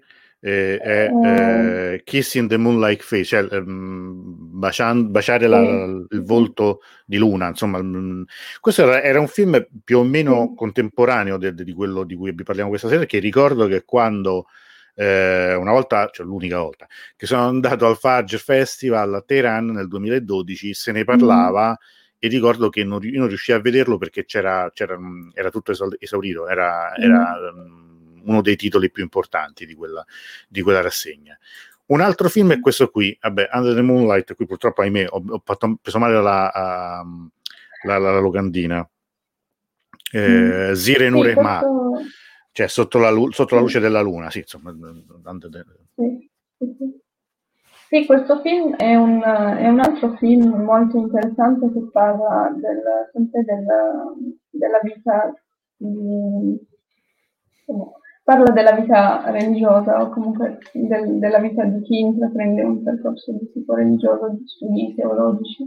è Kissing the Moonlight Face, cioè baciare il volto di Luna. Insomma, questo era un film più o meno contemporaneo di quello di cui vi parliamo questa sera, che ricordo che quando una volta, cioè l'unica volta che sono andato al Fajr Festival a Teheran nel 2012, se ne parlava e ricordo che io non riuscivo a vederlo perché era tutto esaurito, era uno dei titoli più importanti di quella rassegna. Un altro film è questo qui, vabbè, Under the Moonlight, qui purtroppo ahimè ho preso male la locandina, Zire Nurehma, cioè sotto la luce della luna, sì, insomma. Sì, questo film è un altro film molto interessante che parla sempre della vita parla della vita religiosa o comunque della vita di chi intraprende un percorso di tipo religioso, di studi teologici.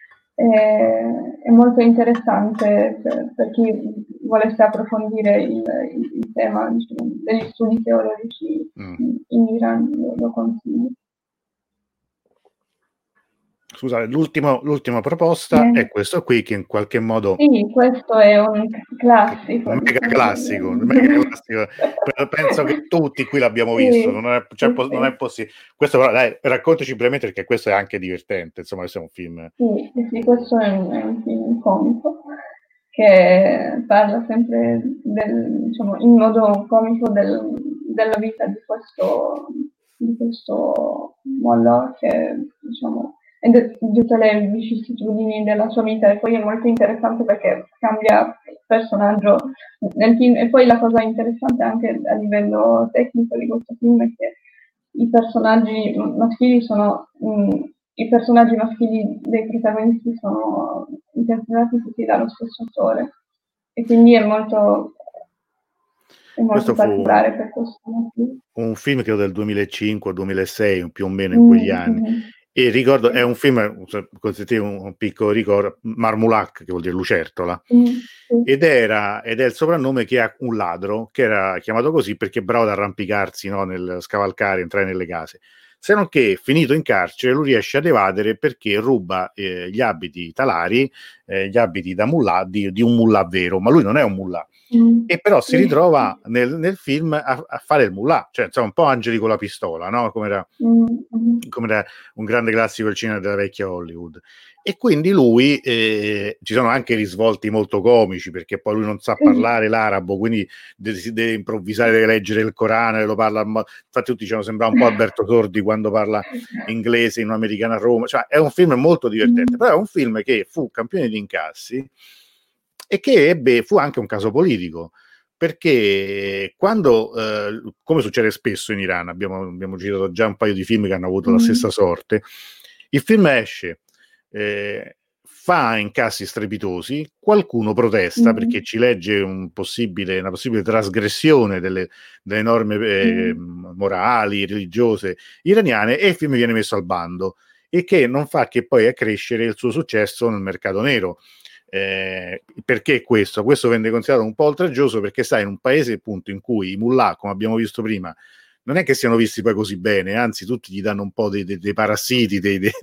È molto interessante per chi volesse approfondire il tema, diciamo, degli studi teologici in Iran, lo consiglio. Scusate, l'ultima proposta è questo qui, che in qualche modo... Sì, questo è un classico. Mega classico, mega classico. Penso che tutti qui l'abbiamo visto, non è, cioè, non è possibile. Questo però, dai, raccontaci brevemente, perché questo è anche divertente, insomma, questo è un film. Sì, questo è un film comico che parla sempre diciamo, in modo comico della vita di questo Mollò, che diciamo e di tutte le vicissitudini della sua vita, e poi è molto interessante perché cambia personaggio nel film. E poi la cosa interessante anche a livello tecnico di questo film è che i personaggi maschili i personaggi maschili dei protagonisti sono interpretati tutti dallo stesso attore, e quindi è molto particolare per questo motivo. Un film credo del 2005-2006, più o meno in quegli anni. E ricordo, è un film, consentite un piccolo ricordo, Marmoulac, che vuol dire lucertola, ed è il soprannome che ha un ladro, che era chiamato così perché è bravo ad arrampicarsi, no, nel scavalcare, entrare nelle case. Se non che, finito in carcere, lui riesce ad evadere perché ruba gli abiti talari, gli abiti da mullah, di un mullah vero, ma lui non è un mullah. E però si ritrova nel film a fare il mullah, cioè insomma un po' Angeli con la pistola, no? Come era un grande classico del cinema della vecchia Hollywood. E quindi lui, ci sono anche risvolti molto comici, perché poi lui non sa parlare l'arabo, quindi deve improvvisare, deve leggere il Corano, lo parla, infatti tutti dicevano sembra un po' Alberto Sordi quando parla inglese in un'americana a Roma, cioè è un film molto divertente, però è un film che fu campione di incassi e che fu anche un caso politico, perché quando, come succede spesso in Iran, abbiamo girato già un paio di film che hanno avuto la stessa sorte, il film esce, fa incassi strepitosi, qualcuno protesta perché ci legge una possibile trasgressione delle norme morali, religiose iraniane, e il film viene messo al bando, e che non fa che poi accrescere il suo successo nel mercato nero. Perché questo venne considerato un po' oltraggioso, perché sai, in un paese appunto in cui i mullah, come abbiamo visto prima, non è che siano visti poi così bene, anzi tutti gli danno un po' dei parassiti,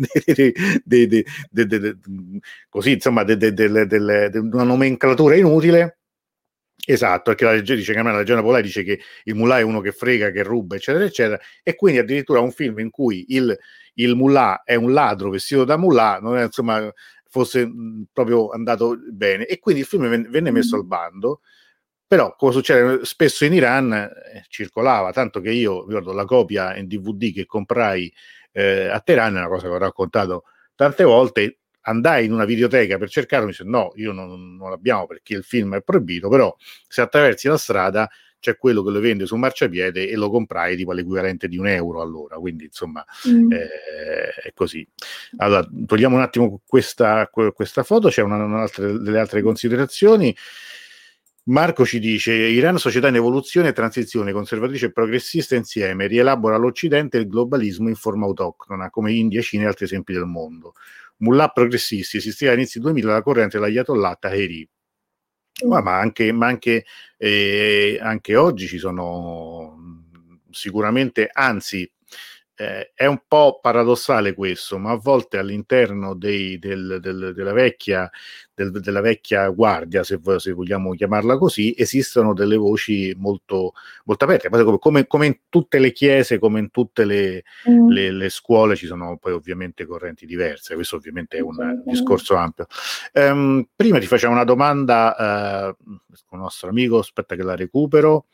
così insomma, una nomenclatura inutile. Esatto, perché la legge dice che la leggenda popolare dice che il mullah è uno che frega, che ruba, eccetera, eccetera, e quindi addirittura un film in cui il mullah è un ladro vestito da mullah non è, insomma, fosse proprio andato bene, e quindi il film venne messo al bando. Però, come succede spesso in Iran, circolava, tanto che io ricordo la copia in DVD che comprai a Teheran, è una cosa che ho raccontato tante volte. Andai in una videoteca per cercarlo, mi disse no, io non l'abbiamo perché il film è proibito, però se attraversi la strada c'è quello che lo vende sul marciapiede, e lo comprai tipo all'equivalente di €1 allora, quindi insomma è così. Allora, togliamo un attimo questa foto, c'è delle altre considerazioni. Marco ci dice: Iran, società in evoluzione e transizione, conservatrice e progressista insieme, rielabora l'Occidente e il globalismo in forma autoctona, come India, Cina e altri esempi del mondo. Mullah progressisti, esisteva all'inizio 2000 la corrente dell'Ayatollah Taheri. Ma anche oggi ci sono sicuramente, anzi è un po' paradossale questo, ma a volte all'interno della vecchia guardia, se vogliamo chiamarla così, esistono delle voci molto, molto aperte, come in tutte le chiese, come in tutte le scuole, ci sono poi ovviamente correnti diverse. Questo ovviamente è un discorso ampio. Prima ti facevo una domanda con il nostro amico, aspetta che la recupero.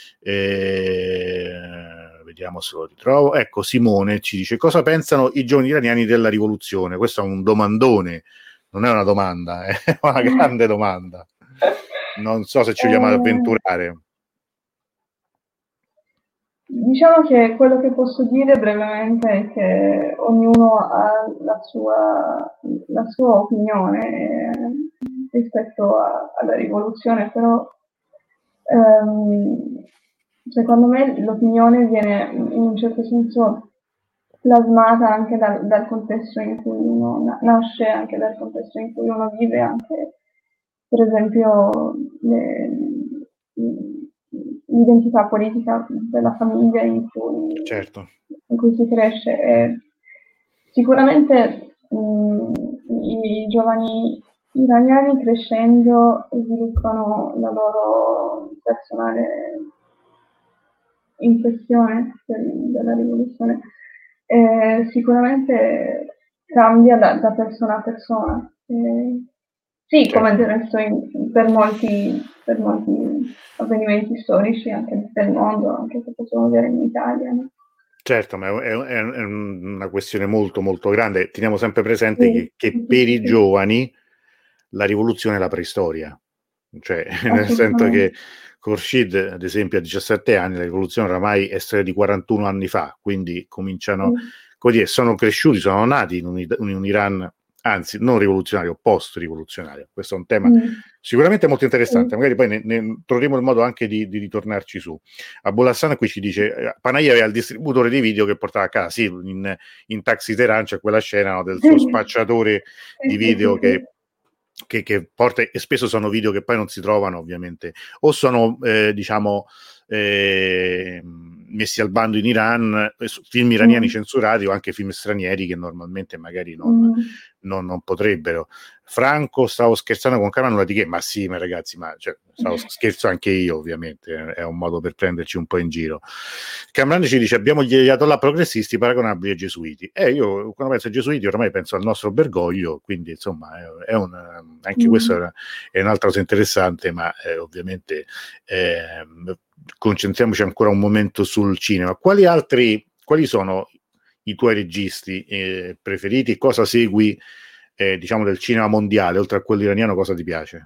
Vediamo se lo ritrovo. Ecco, Simone ci dice: cosa pensano i giovani iraniani della rivoluzione? Questo è un domandone, non è una domanda, è una grande domanda. Non so se ci vogliamo avventurare. Diciamo che quello che posso dire brevemente è che ognuno ha la sua opinione rispetto alla rivoluzione, però secondo me l'opinione viene in un certo senso plasmata anche dal contesto in cui uno nasce, anche dal contesto in cui uno vive, anche per esempio l'identità politica della famiglia in cui si cresce. E sicuramente i giovani iraniani crescendo sviluppano la loro personale impressione della rivoluzione. Sicuramente cambia da persona a persona. Sì, come del resto per molti avvenimenti storici anche del mondo, anche che possiamo vedere in Italia. No? Certo, ma è una questione molto molto grande. Teniamo sempre presente che per i giovani la rivoluzione è la preistoria, cioè nel senso che Khurshid, ad esempio, a 17 anni, la rivoluzione oramai è storia di 41 anni fa, quindi cominciano, come dire, sono cresciuti, sono nati in un Iran, anzi, non rivoluzionario, post-rivoluzionario. Questo è un tema sicuramente molto interessante, magari poi ne troveremo il modo anche di ritornarci su. Abulassan qui ci dice, Panahi aveva il distributore di video che portava a casa, sì, in Taxi Teheran c'è quella scena, no, del suo spacciatore di video che porta, e spesso sono video che poi non si trovano ovviamente, o sono diciamo messi al bando in Iran, film iraniani censurati o anche film stranieri che normalmente magari non potrebbero. Franco, stavo scherzando con Carmen, nulla di che, ma sì, ma ragazzi, scherzo anche io ovviamente, è un modo per prenderci un po' in giro. Camran ci dice, abbiamo gli ayatollah progressisti paragonabili ai gesuiti, io quando penso ai gesuiti ormai penso al nostro Bergoglio, quindi insomma anche questo è un'altra cosa interessante, ma ovviamente concentriamoci ancora un momento sul cinema. Quali sono i tuoi registi preferiti? Cosa segui diciamo del cinema mondiale, oltre a quello iraniano? Cosa ti piace?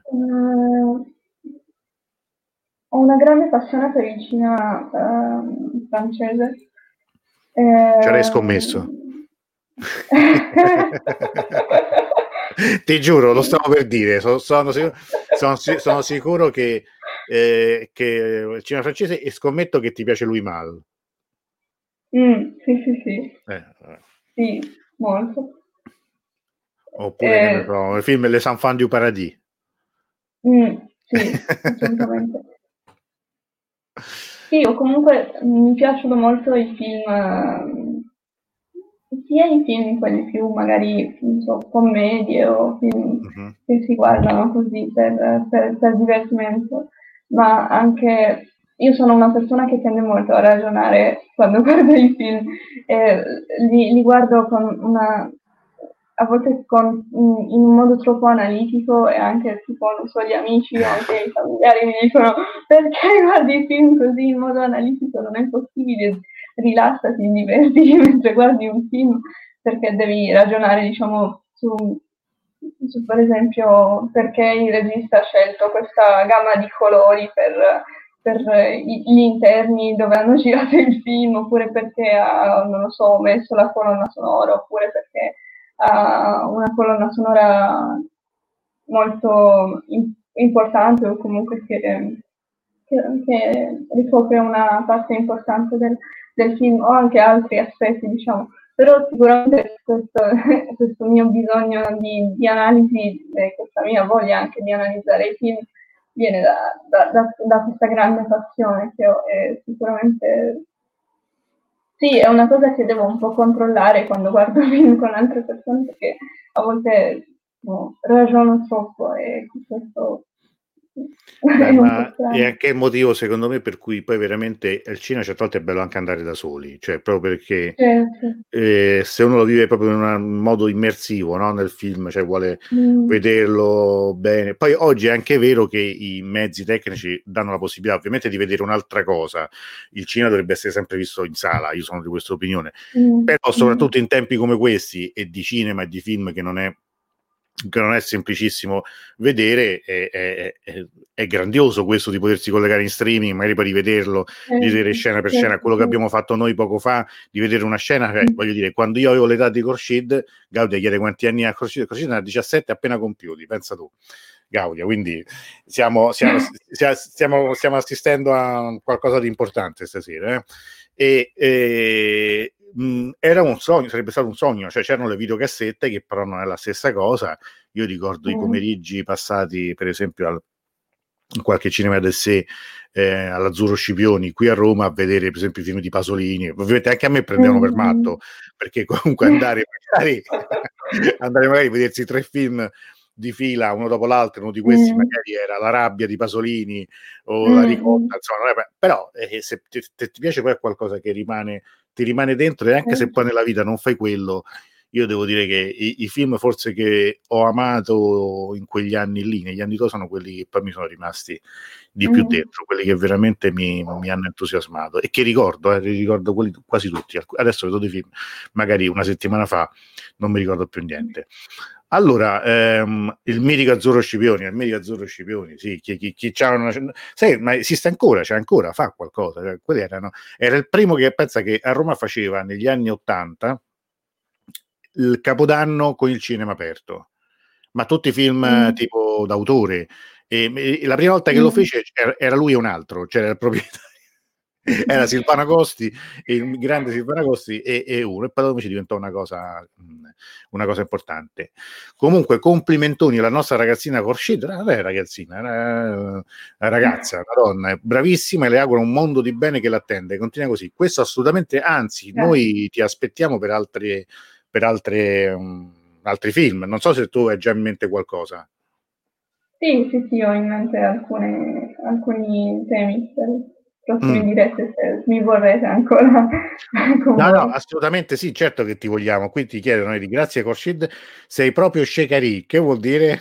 Ho una grande passione per il cinema francese. Ci avrei scommesso. Ti giuro, lo stavo per dire, sono sicuro che il cinema francese, e scommetto che ti piace Louis Malle. Sì. Sì, molto. Oppure che ne so, il film Les Enfants du Paradis. Sì, assolutamente. Sì, o comunque mi piacciono molto i film, sia i film quelli più magari, non so, commedie o film che si guardano così per divertimento, ma anche io sono una persona che tende molto a ragionare quando guardo i film, li guardo a volte in un modo troppo analitico, e anche tipo, non so, gli amici o anche i familiari mi dicono: perché guardi i film così in modo analitico? Non è possibile, rilassati, divertiti mentre guardi un film, perché devi ragionare, diciamo, su per esempio perché il regista ha scelto questa gamma di colori per gli interni dove hanno girato il film, oppure perché ha, non lo so, messo la colonna sonora, oppure perché ha una colonna sonora molto importante, o comunque che ricopre una parte importante del film, o anche altri aspetti, diciamo. Però sicuramente questo mio bisogno di analisi, questa mia voglia anche di analizzare i film, viene da questa grande passione che ho, e sicuramente sì, è una cosa che devo un po' controllare quando guardo film con altre persone, perché a volte ragiono troppo, e questo è anche il motivo, secondo me, per cui poi veramente il cinema certe volte è bello anche andare da soli, cioè proprio perché se uno lo vive proprio in un modo immersivo, no, nel film, cioè vuole vederlo bene. Poi oggi è anche vero che i mezzi tecnici danno la possibilità ovviamente di vedere un'altra cosa. Il cinema dovrebbe essere sempre visto in sala, io sono di questa opinione, però soprattutto in tempi come questi, e di cinema e di film che non è semplicissimo vedere, è grandioso questo di potersi collegare in streaming, magari poi rivederlo, di vedere scena per scena, quello che abbiamo fatto noi poco fa, di vedere una scena, voglio dire, quando io avevo l'età di Khurshid, Gaudia chiede quanti anni ha Khurshid ne ha 17 appena compiuti, pensa tu, Gaudia, quindi stiamo assistendo a qualcosa di importante stasera, era un sogno, sarebbe stato un sogno, cioè c'erano le videocassette, che però non è la stessa cosa. Io ricordo i pomeriggi passati per esempio in qualche cinema del sé, all'Azzurro Scipioni qui a Roma, a vedere per esempio i film di Pasolini. Ovviamente anche a me prendevano per matto, perché comunque andare magari andare magari a vedersi 3 film di fila, uno dopo l'altro. Uno di questi magari era La rabbia di Pasolini o La ricotta, insomma, però se ti piace poi è qualcosa che ti rimane dentro, e anche se poi nella vita non fai quello, io devo dire che i film forse che ho amato in quegli anni lì, negli anni dopo, sono quelli che poi mi sono rimasti di più dentro, quelli che veramente mi hanno entusiasmato e che ricordo quelli quasi tutti. Adesso vedo dei film magari una settimana fa, non mi ricordo più niente. Allora, il mitico Azzurro Scipioni, sì, chi c'ha una, sai, ma esiste ancora, c'è ancora, fa qualcosa. Quelli era il primo che pensa che a Roma faceva negli anni '80 il Capodanno con il cinema aperto, ma tutti film tipo d'autore. E la prima volta che lo fece era lui e un altro, c'era il proprietario. Era Silvano Agosti, il grande Silvano Agosti e uno, e poi dopo ci diventò una cosa importante. Comunque, complimentoni alla nostra ragazzina Khorshid, non è ragazzina, era una ragazza, una donna, è bravissima, e le auguro un mondo di bene che l'attende. Continua così. Questo assolutamente, anzi, noi ti aspettiamo per altri film. Non so se tu hai già in mente qualcosa. Sì, ho in mente alcuni temi per prossime dirette, se mi vorrete ancora. No, assolutamente sì, certo che ti vogliamo. Qui ti chiedono, grazie Khorshid, sei proprio Shekari, che vuol dire?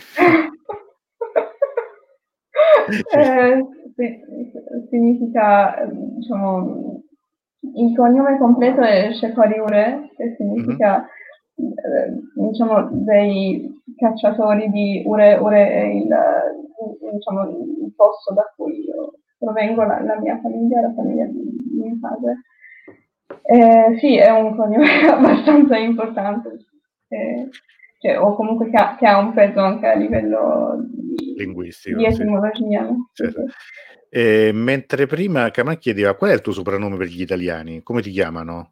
Significa, diciamo, il cognome completo è Shekari Ure, che significa, diciamo, dei cacciatori di Ure è diciamo, il posto da cui io provengo, la mia famiglia, la famiglia di mio padre. Sì, è un cognome abbastanza importante, o comunque che ha un peso anche a livello linguistico, di etimologia. sì. Mentre prima Kaman chiedeva qual è il tuo soprannome per gli italiani, come ti chiamano?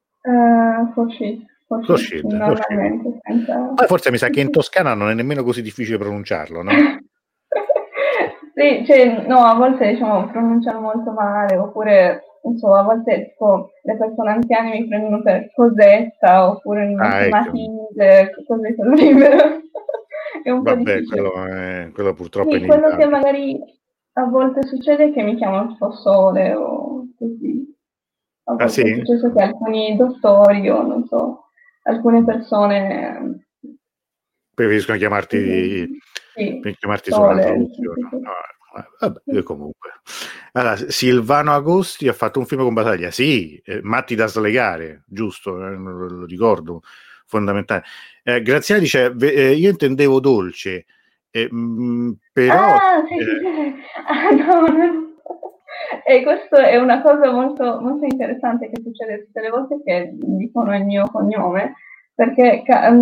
Khorshid, normalmente. Poi forse mi sa che in Toscana non è nemmeno così difficile pronunciarlo, no? Sì, no, a volte diciamo pronunciano molto male, oppure insomma, a volte tipo, le persone anziane mi prendono per Cosetta, oppure Matilde, cose così, però è un po' difficile. Quello purtroppo sì, quello che magari a volte succede è che mi chiamano tipo Sole o così. A volte è successo che alcuni dottori o non so, alcune persone preferiscono chiamarti solo la traduzione. Vabbè, comunque. Allora, Silvano Agosti ha fatto un film con Battaglia, sì, Matti da slegare, giusto, lo ricordo, fondamentale. Graziella dice, io intendevo dolce, però... no. E questo è una cosa molto, molto interessante che succede tutte le volte che dicono il mio cognome, perché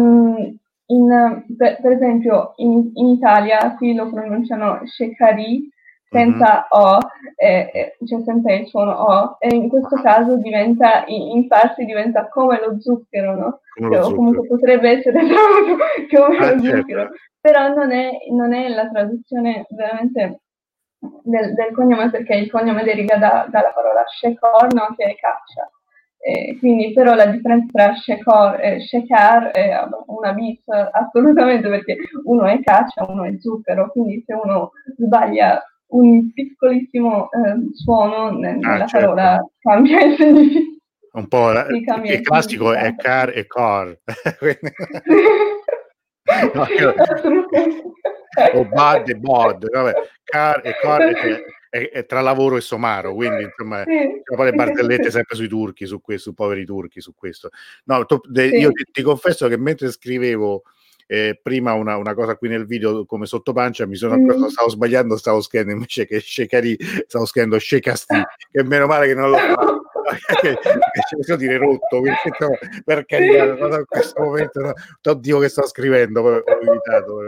per esempio in Italia qui lo pronunciano Shekari senza O, cioè senza il suono O, e in questo caso diventa, in farsi diventa come lo zucchero, no? O comunque potrebbe essere come lo zucchero, però non è la traduzione veramente del cognome, perché il cognome deriva dalla parola shekor, no? Che è caccia. Quindi però la differenza tra shekor e shekar è una bis assolutamente, perché uno è caccia, uno è zucchero, quindi se uno sbaglia un piccolissimo suono nella parola cambia il significato. Un po' il classico è car e car. O bad e bod, vabbè. Car e car è tra lavoro e somaro, quindi insomma poi le barzellette sempre sui turchi, su questo, poveri turchi, su questo. No, io ti confesso che mentre scrivevo prima una cosa qui nel video come sottopancia, mi sono accorto, stavo sbagliando, stavo scrivendo invece che Shekari, stavo scrivendo Shekasti, che meno male che non l'ho fatto. Che ci posso dire rotto, per carità, in questo momento oddio che sto scrivendo, ho evitato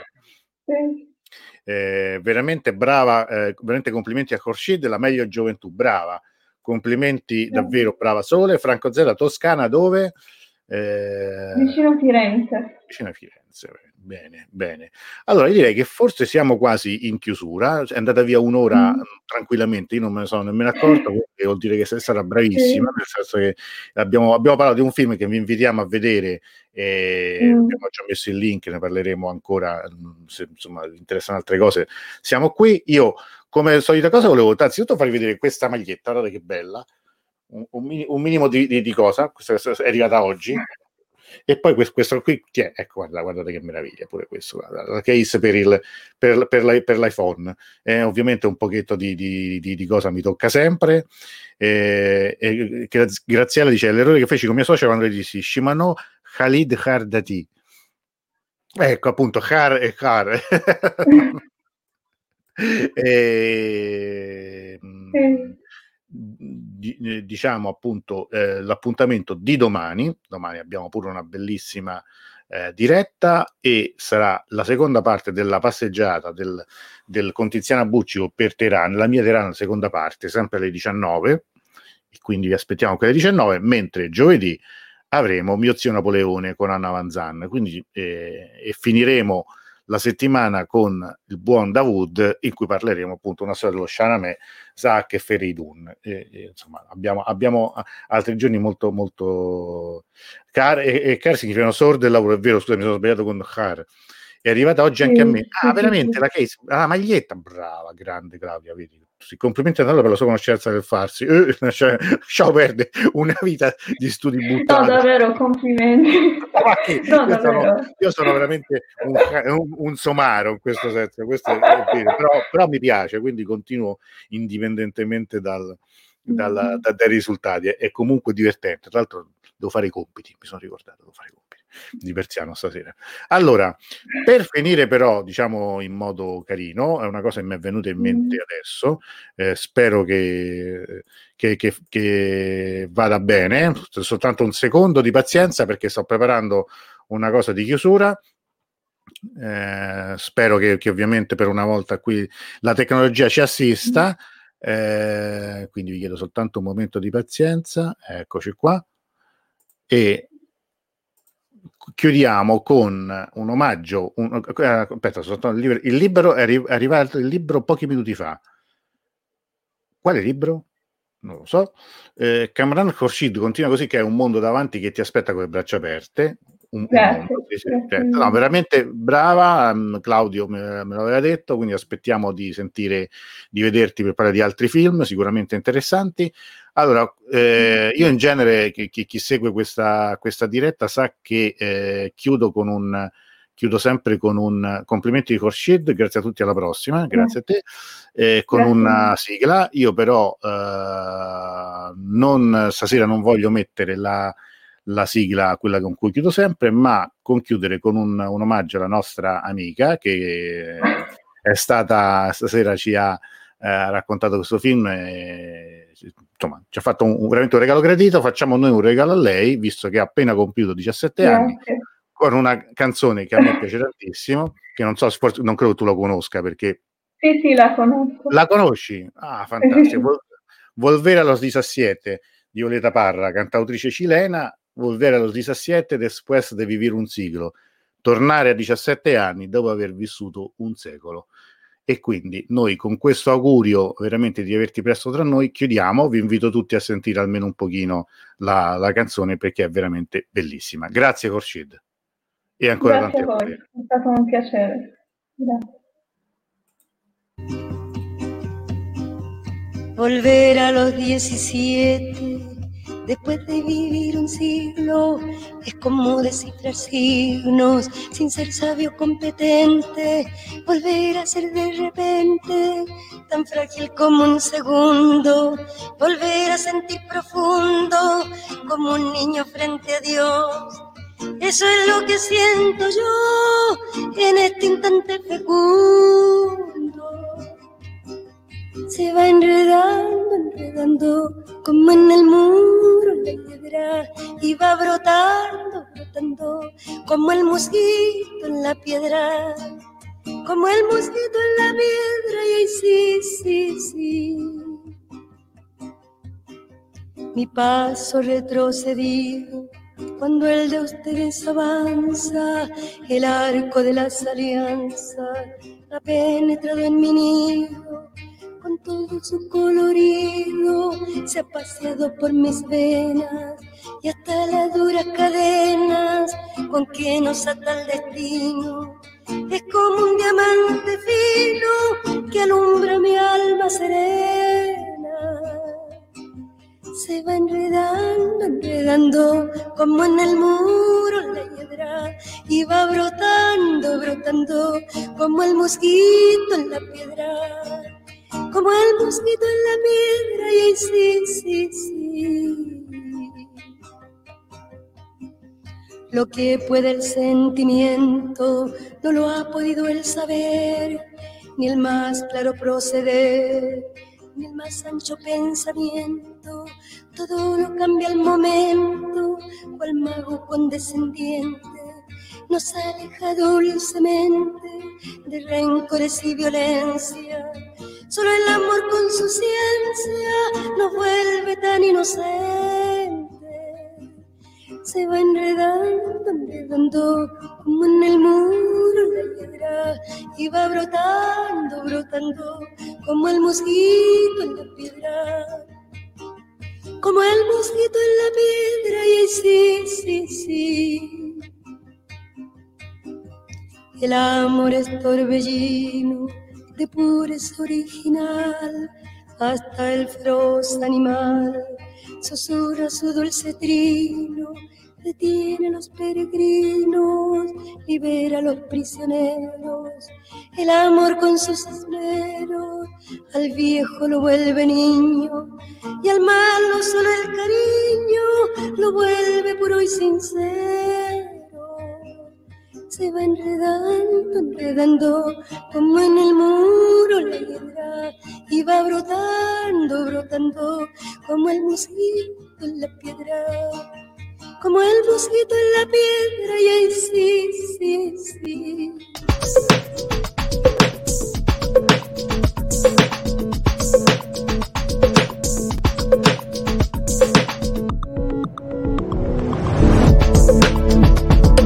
veramente brava, veramente complimenti a Khorshid, la meglio gioventù, brava, complimenti davvero, brava Sole. Franco Zera, Toscana dove? Vicino a Firenze. Vicino a Firenze, bene, bene. Allora, io direi che forse siamo quasi in chiusura, è andata via un'ora tranquillamente, io non me ne sono nemmeno accorto, quindi vuol dire che sei stata bravissima, nel senso che abbiamo parlato di un film che vi invitiamo a vedere, abbiamo già messo il link, ne parleremo ancora, se insomma vi interessano altre cose, siamo qui. Io, come solita cosa, volevo innanzitutto farvi vedere questa maglietta, guardate che bella, un minimo di cosa, questa è arrivata oggi. E poi questo qui, ecco, guardate che meraviglia pure questo, guarda, la case per l'iPhone, ovviamente un pochetto di cosa mi tocca sempre, Graziella dice: l'errore che feci con mia socia quando le dissi Shimano Khalid Khardati, ecco appunto Khar e Khar diciamo appunto l'appuntamento di domani abbiamo pure una bellissima diretta, e sarà la seconda parte della passeggiata del con Tiziana Bucci per Teheran, la mia Teheran, seconda parte, sempre alle 19, e quindi vi aspettiamo quelle 19, mentre giovedì avremo Mio zio Napoleone con Anna Vanzan, quindi e finiremo la settimana con il buon Dawood, in cui parleremo appunto una storia dello Shahnameh, Zac e Feridun. Insomma, abbiamo altri giorni molto molto Car significano sordo e lavoro, è vero, scusa, mi sono sbagliato con Car. È arrivata oggi anche a me. Veramente la case, la maglietta, brava, grande Claudia, vedi. Complimenti a Natalia per la sua conoscenza del farsi. Ciao, perde una vita di studi buttati. No, davvero, complimenti. No, io sono veramente un somaro in questo senso, questo è vero, però mi piace, quindi continuo indipendentemente dai risultati. È comunque divertente. Tra l'altro devo fare i compiti, mi sono ricordato, devo fare i compiti di Persiano stasera. Allora, per finire però, diciamo in modo carino, è una cosa che mi è venuta in mente adesso, spero che vada bene, soltanto un secondo di pazienza perché sto preparando una cosa di chiusura. Spero che ovviamente per una volta qui la tecnologia ci assista, quindi vi chiedo soltanto un momento di pazienza. Eccoci qua, e chiudiamo con un omaggio. Aspetta, il libro è arrivato, il libro pochi minuti fa. Quale libro? Non lo so. Kamran Khorshid continua così, che è un mondo davanti che ti aspetta con le braccia aperte. No, veramente brava. Claudio me l'aveva detto, quindi aspettiamo di vederti per parlare di altri film sicuramente interessanti. Allora, io in genere, chi segue questa diretta sa che chiudo sempre con un complimenti di Khorshid, grazie a tutti, alla prossima, grazie a te, con una sigla. Io però stasera non voglio mettere la sigla, quella con cui chiudo sempre, ma conchiudere con un omaggio alla nostra amica che è stata, stasera ci ha raccontato questo film, insomma ci ha fatto veramente un regalo gradito. Facciamo noi un regalo a lei, visto che ha appena compiuto 17 anni, con una canzone che a me piace tantissimo, che non so, non credo tu la conosca, perché sì, la conosco. La conosci? Ah, fantastico. Volver a los 17 di Violeta Parra, cantautrice cilena. Volver a los 17 después de vivir un siglo, tornare a 17 anni dopo aver vissuto un secolo. E quindi noi con questo augurio veramente di averti presto tra noi chiudiamo. Vi invito tutti a sentire almeno un pochino la canzone, perché è veramente bellissima. Grazie Khorshid, e ancora grazie tanti a voi, è stato un piacere. Grazie. Volver a los 17 después de vivir un siglo es como descifrar signos sin ser sabio competente. Volver a ser de repente tan frágil como un segundo. Volver a sentir profundo como un niño frente a Dios. Eso es lo que siento yo en este instante fecundo. Se va enredando como en el muro la piedra, y va brotando como el mosquito en la piedra, como el mosquito en la piedra. Y sí, mi paso retrocedido Cuando el de ustedes avanza, el arco de las alianzas ha penetrado en mi nido, con todo su colorido se ha paseado por mis venas y hasta las duras cadenas con que nos ata el destino. Es como un diamante fino que alumbra mi alma serena. Se va enredando, enredando, como en el muro la hiedra, y va brotando, brotando, como el mosquito en la piedra, como el mosquito en la piedra, y sí, sí, sí. Lo que puede el sentimiento no lo ha podido el saber, ni el más claro proceder, ni el más ancho pensamiento. Todo lo cambia al momento, cual mago condescendiente nos aleja dulcemente de rencores y violencia. Solo el amor con su ciencia nos vuelve tan inocentes. Se va enredando, enredando, como en el muro la piedra, y va brotando, brotando, como el mosquito en la piedra, como el mosquito en la piedra, y sí, sí, sí. El amor es torbellino de pureza original, hasta el feroz animal susurra su dulce trino, detiene a los peregrinos, libera a los prisioneros. El amor con sus esmeros al viejo lo vuelve niño, y al malo solo el cariño lo vuelve puro y sincero. Se va enredando, enredando, como en el muro la hiedra, y va brotando, brotando, como el mosquito en la piedra, como el mosquito en la piedra, y ahí sí, sí, sí.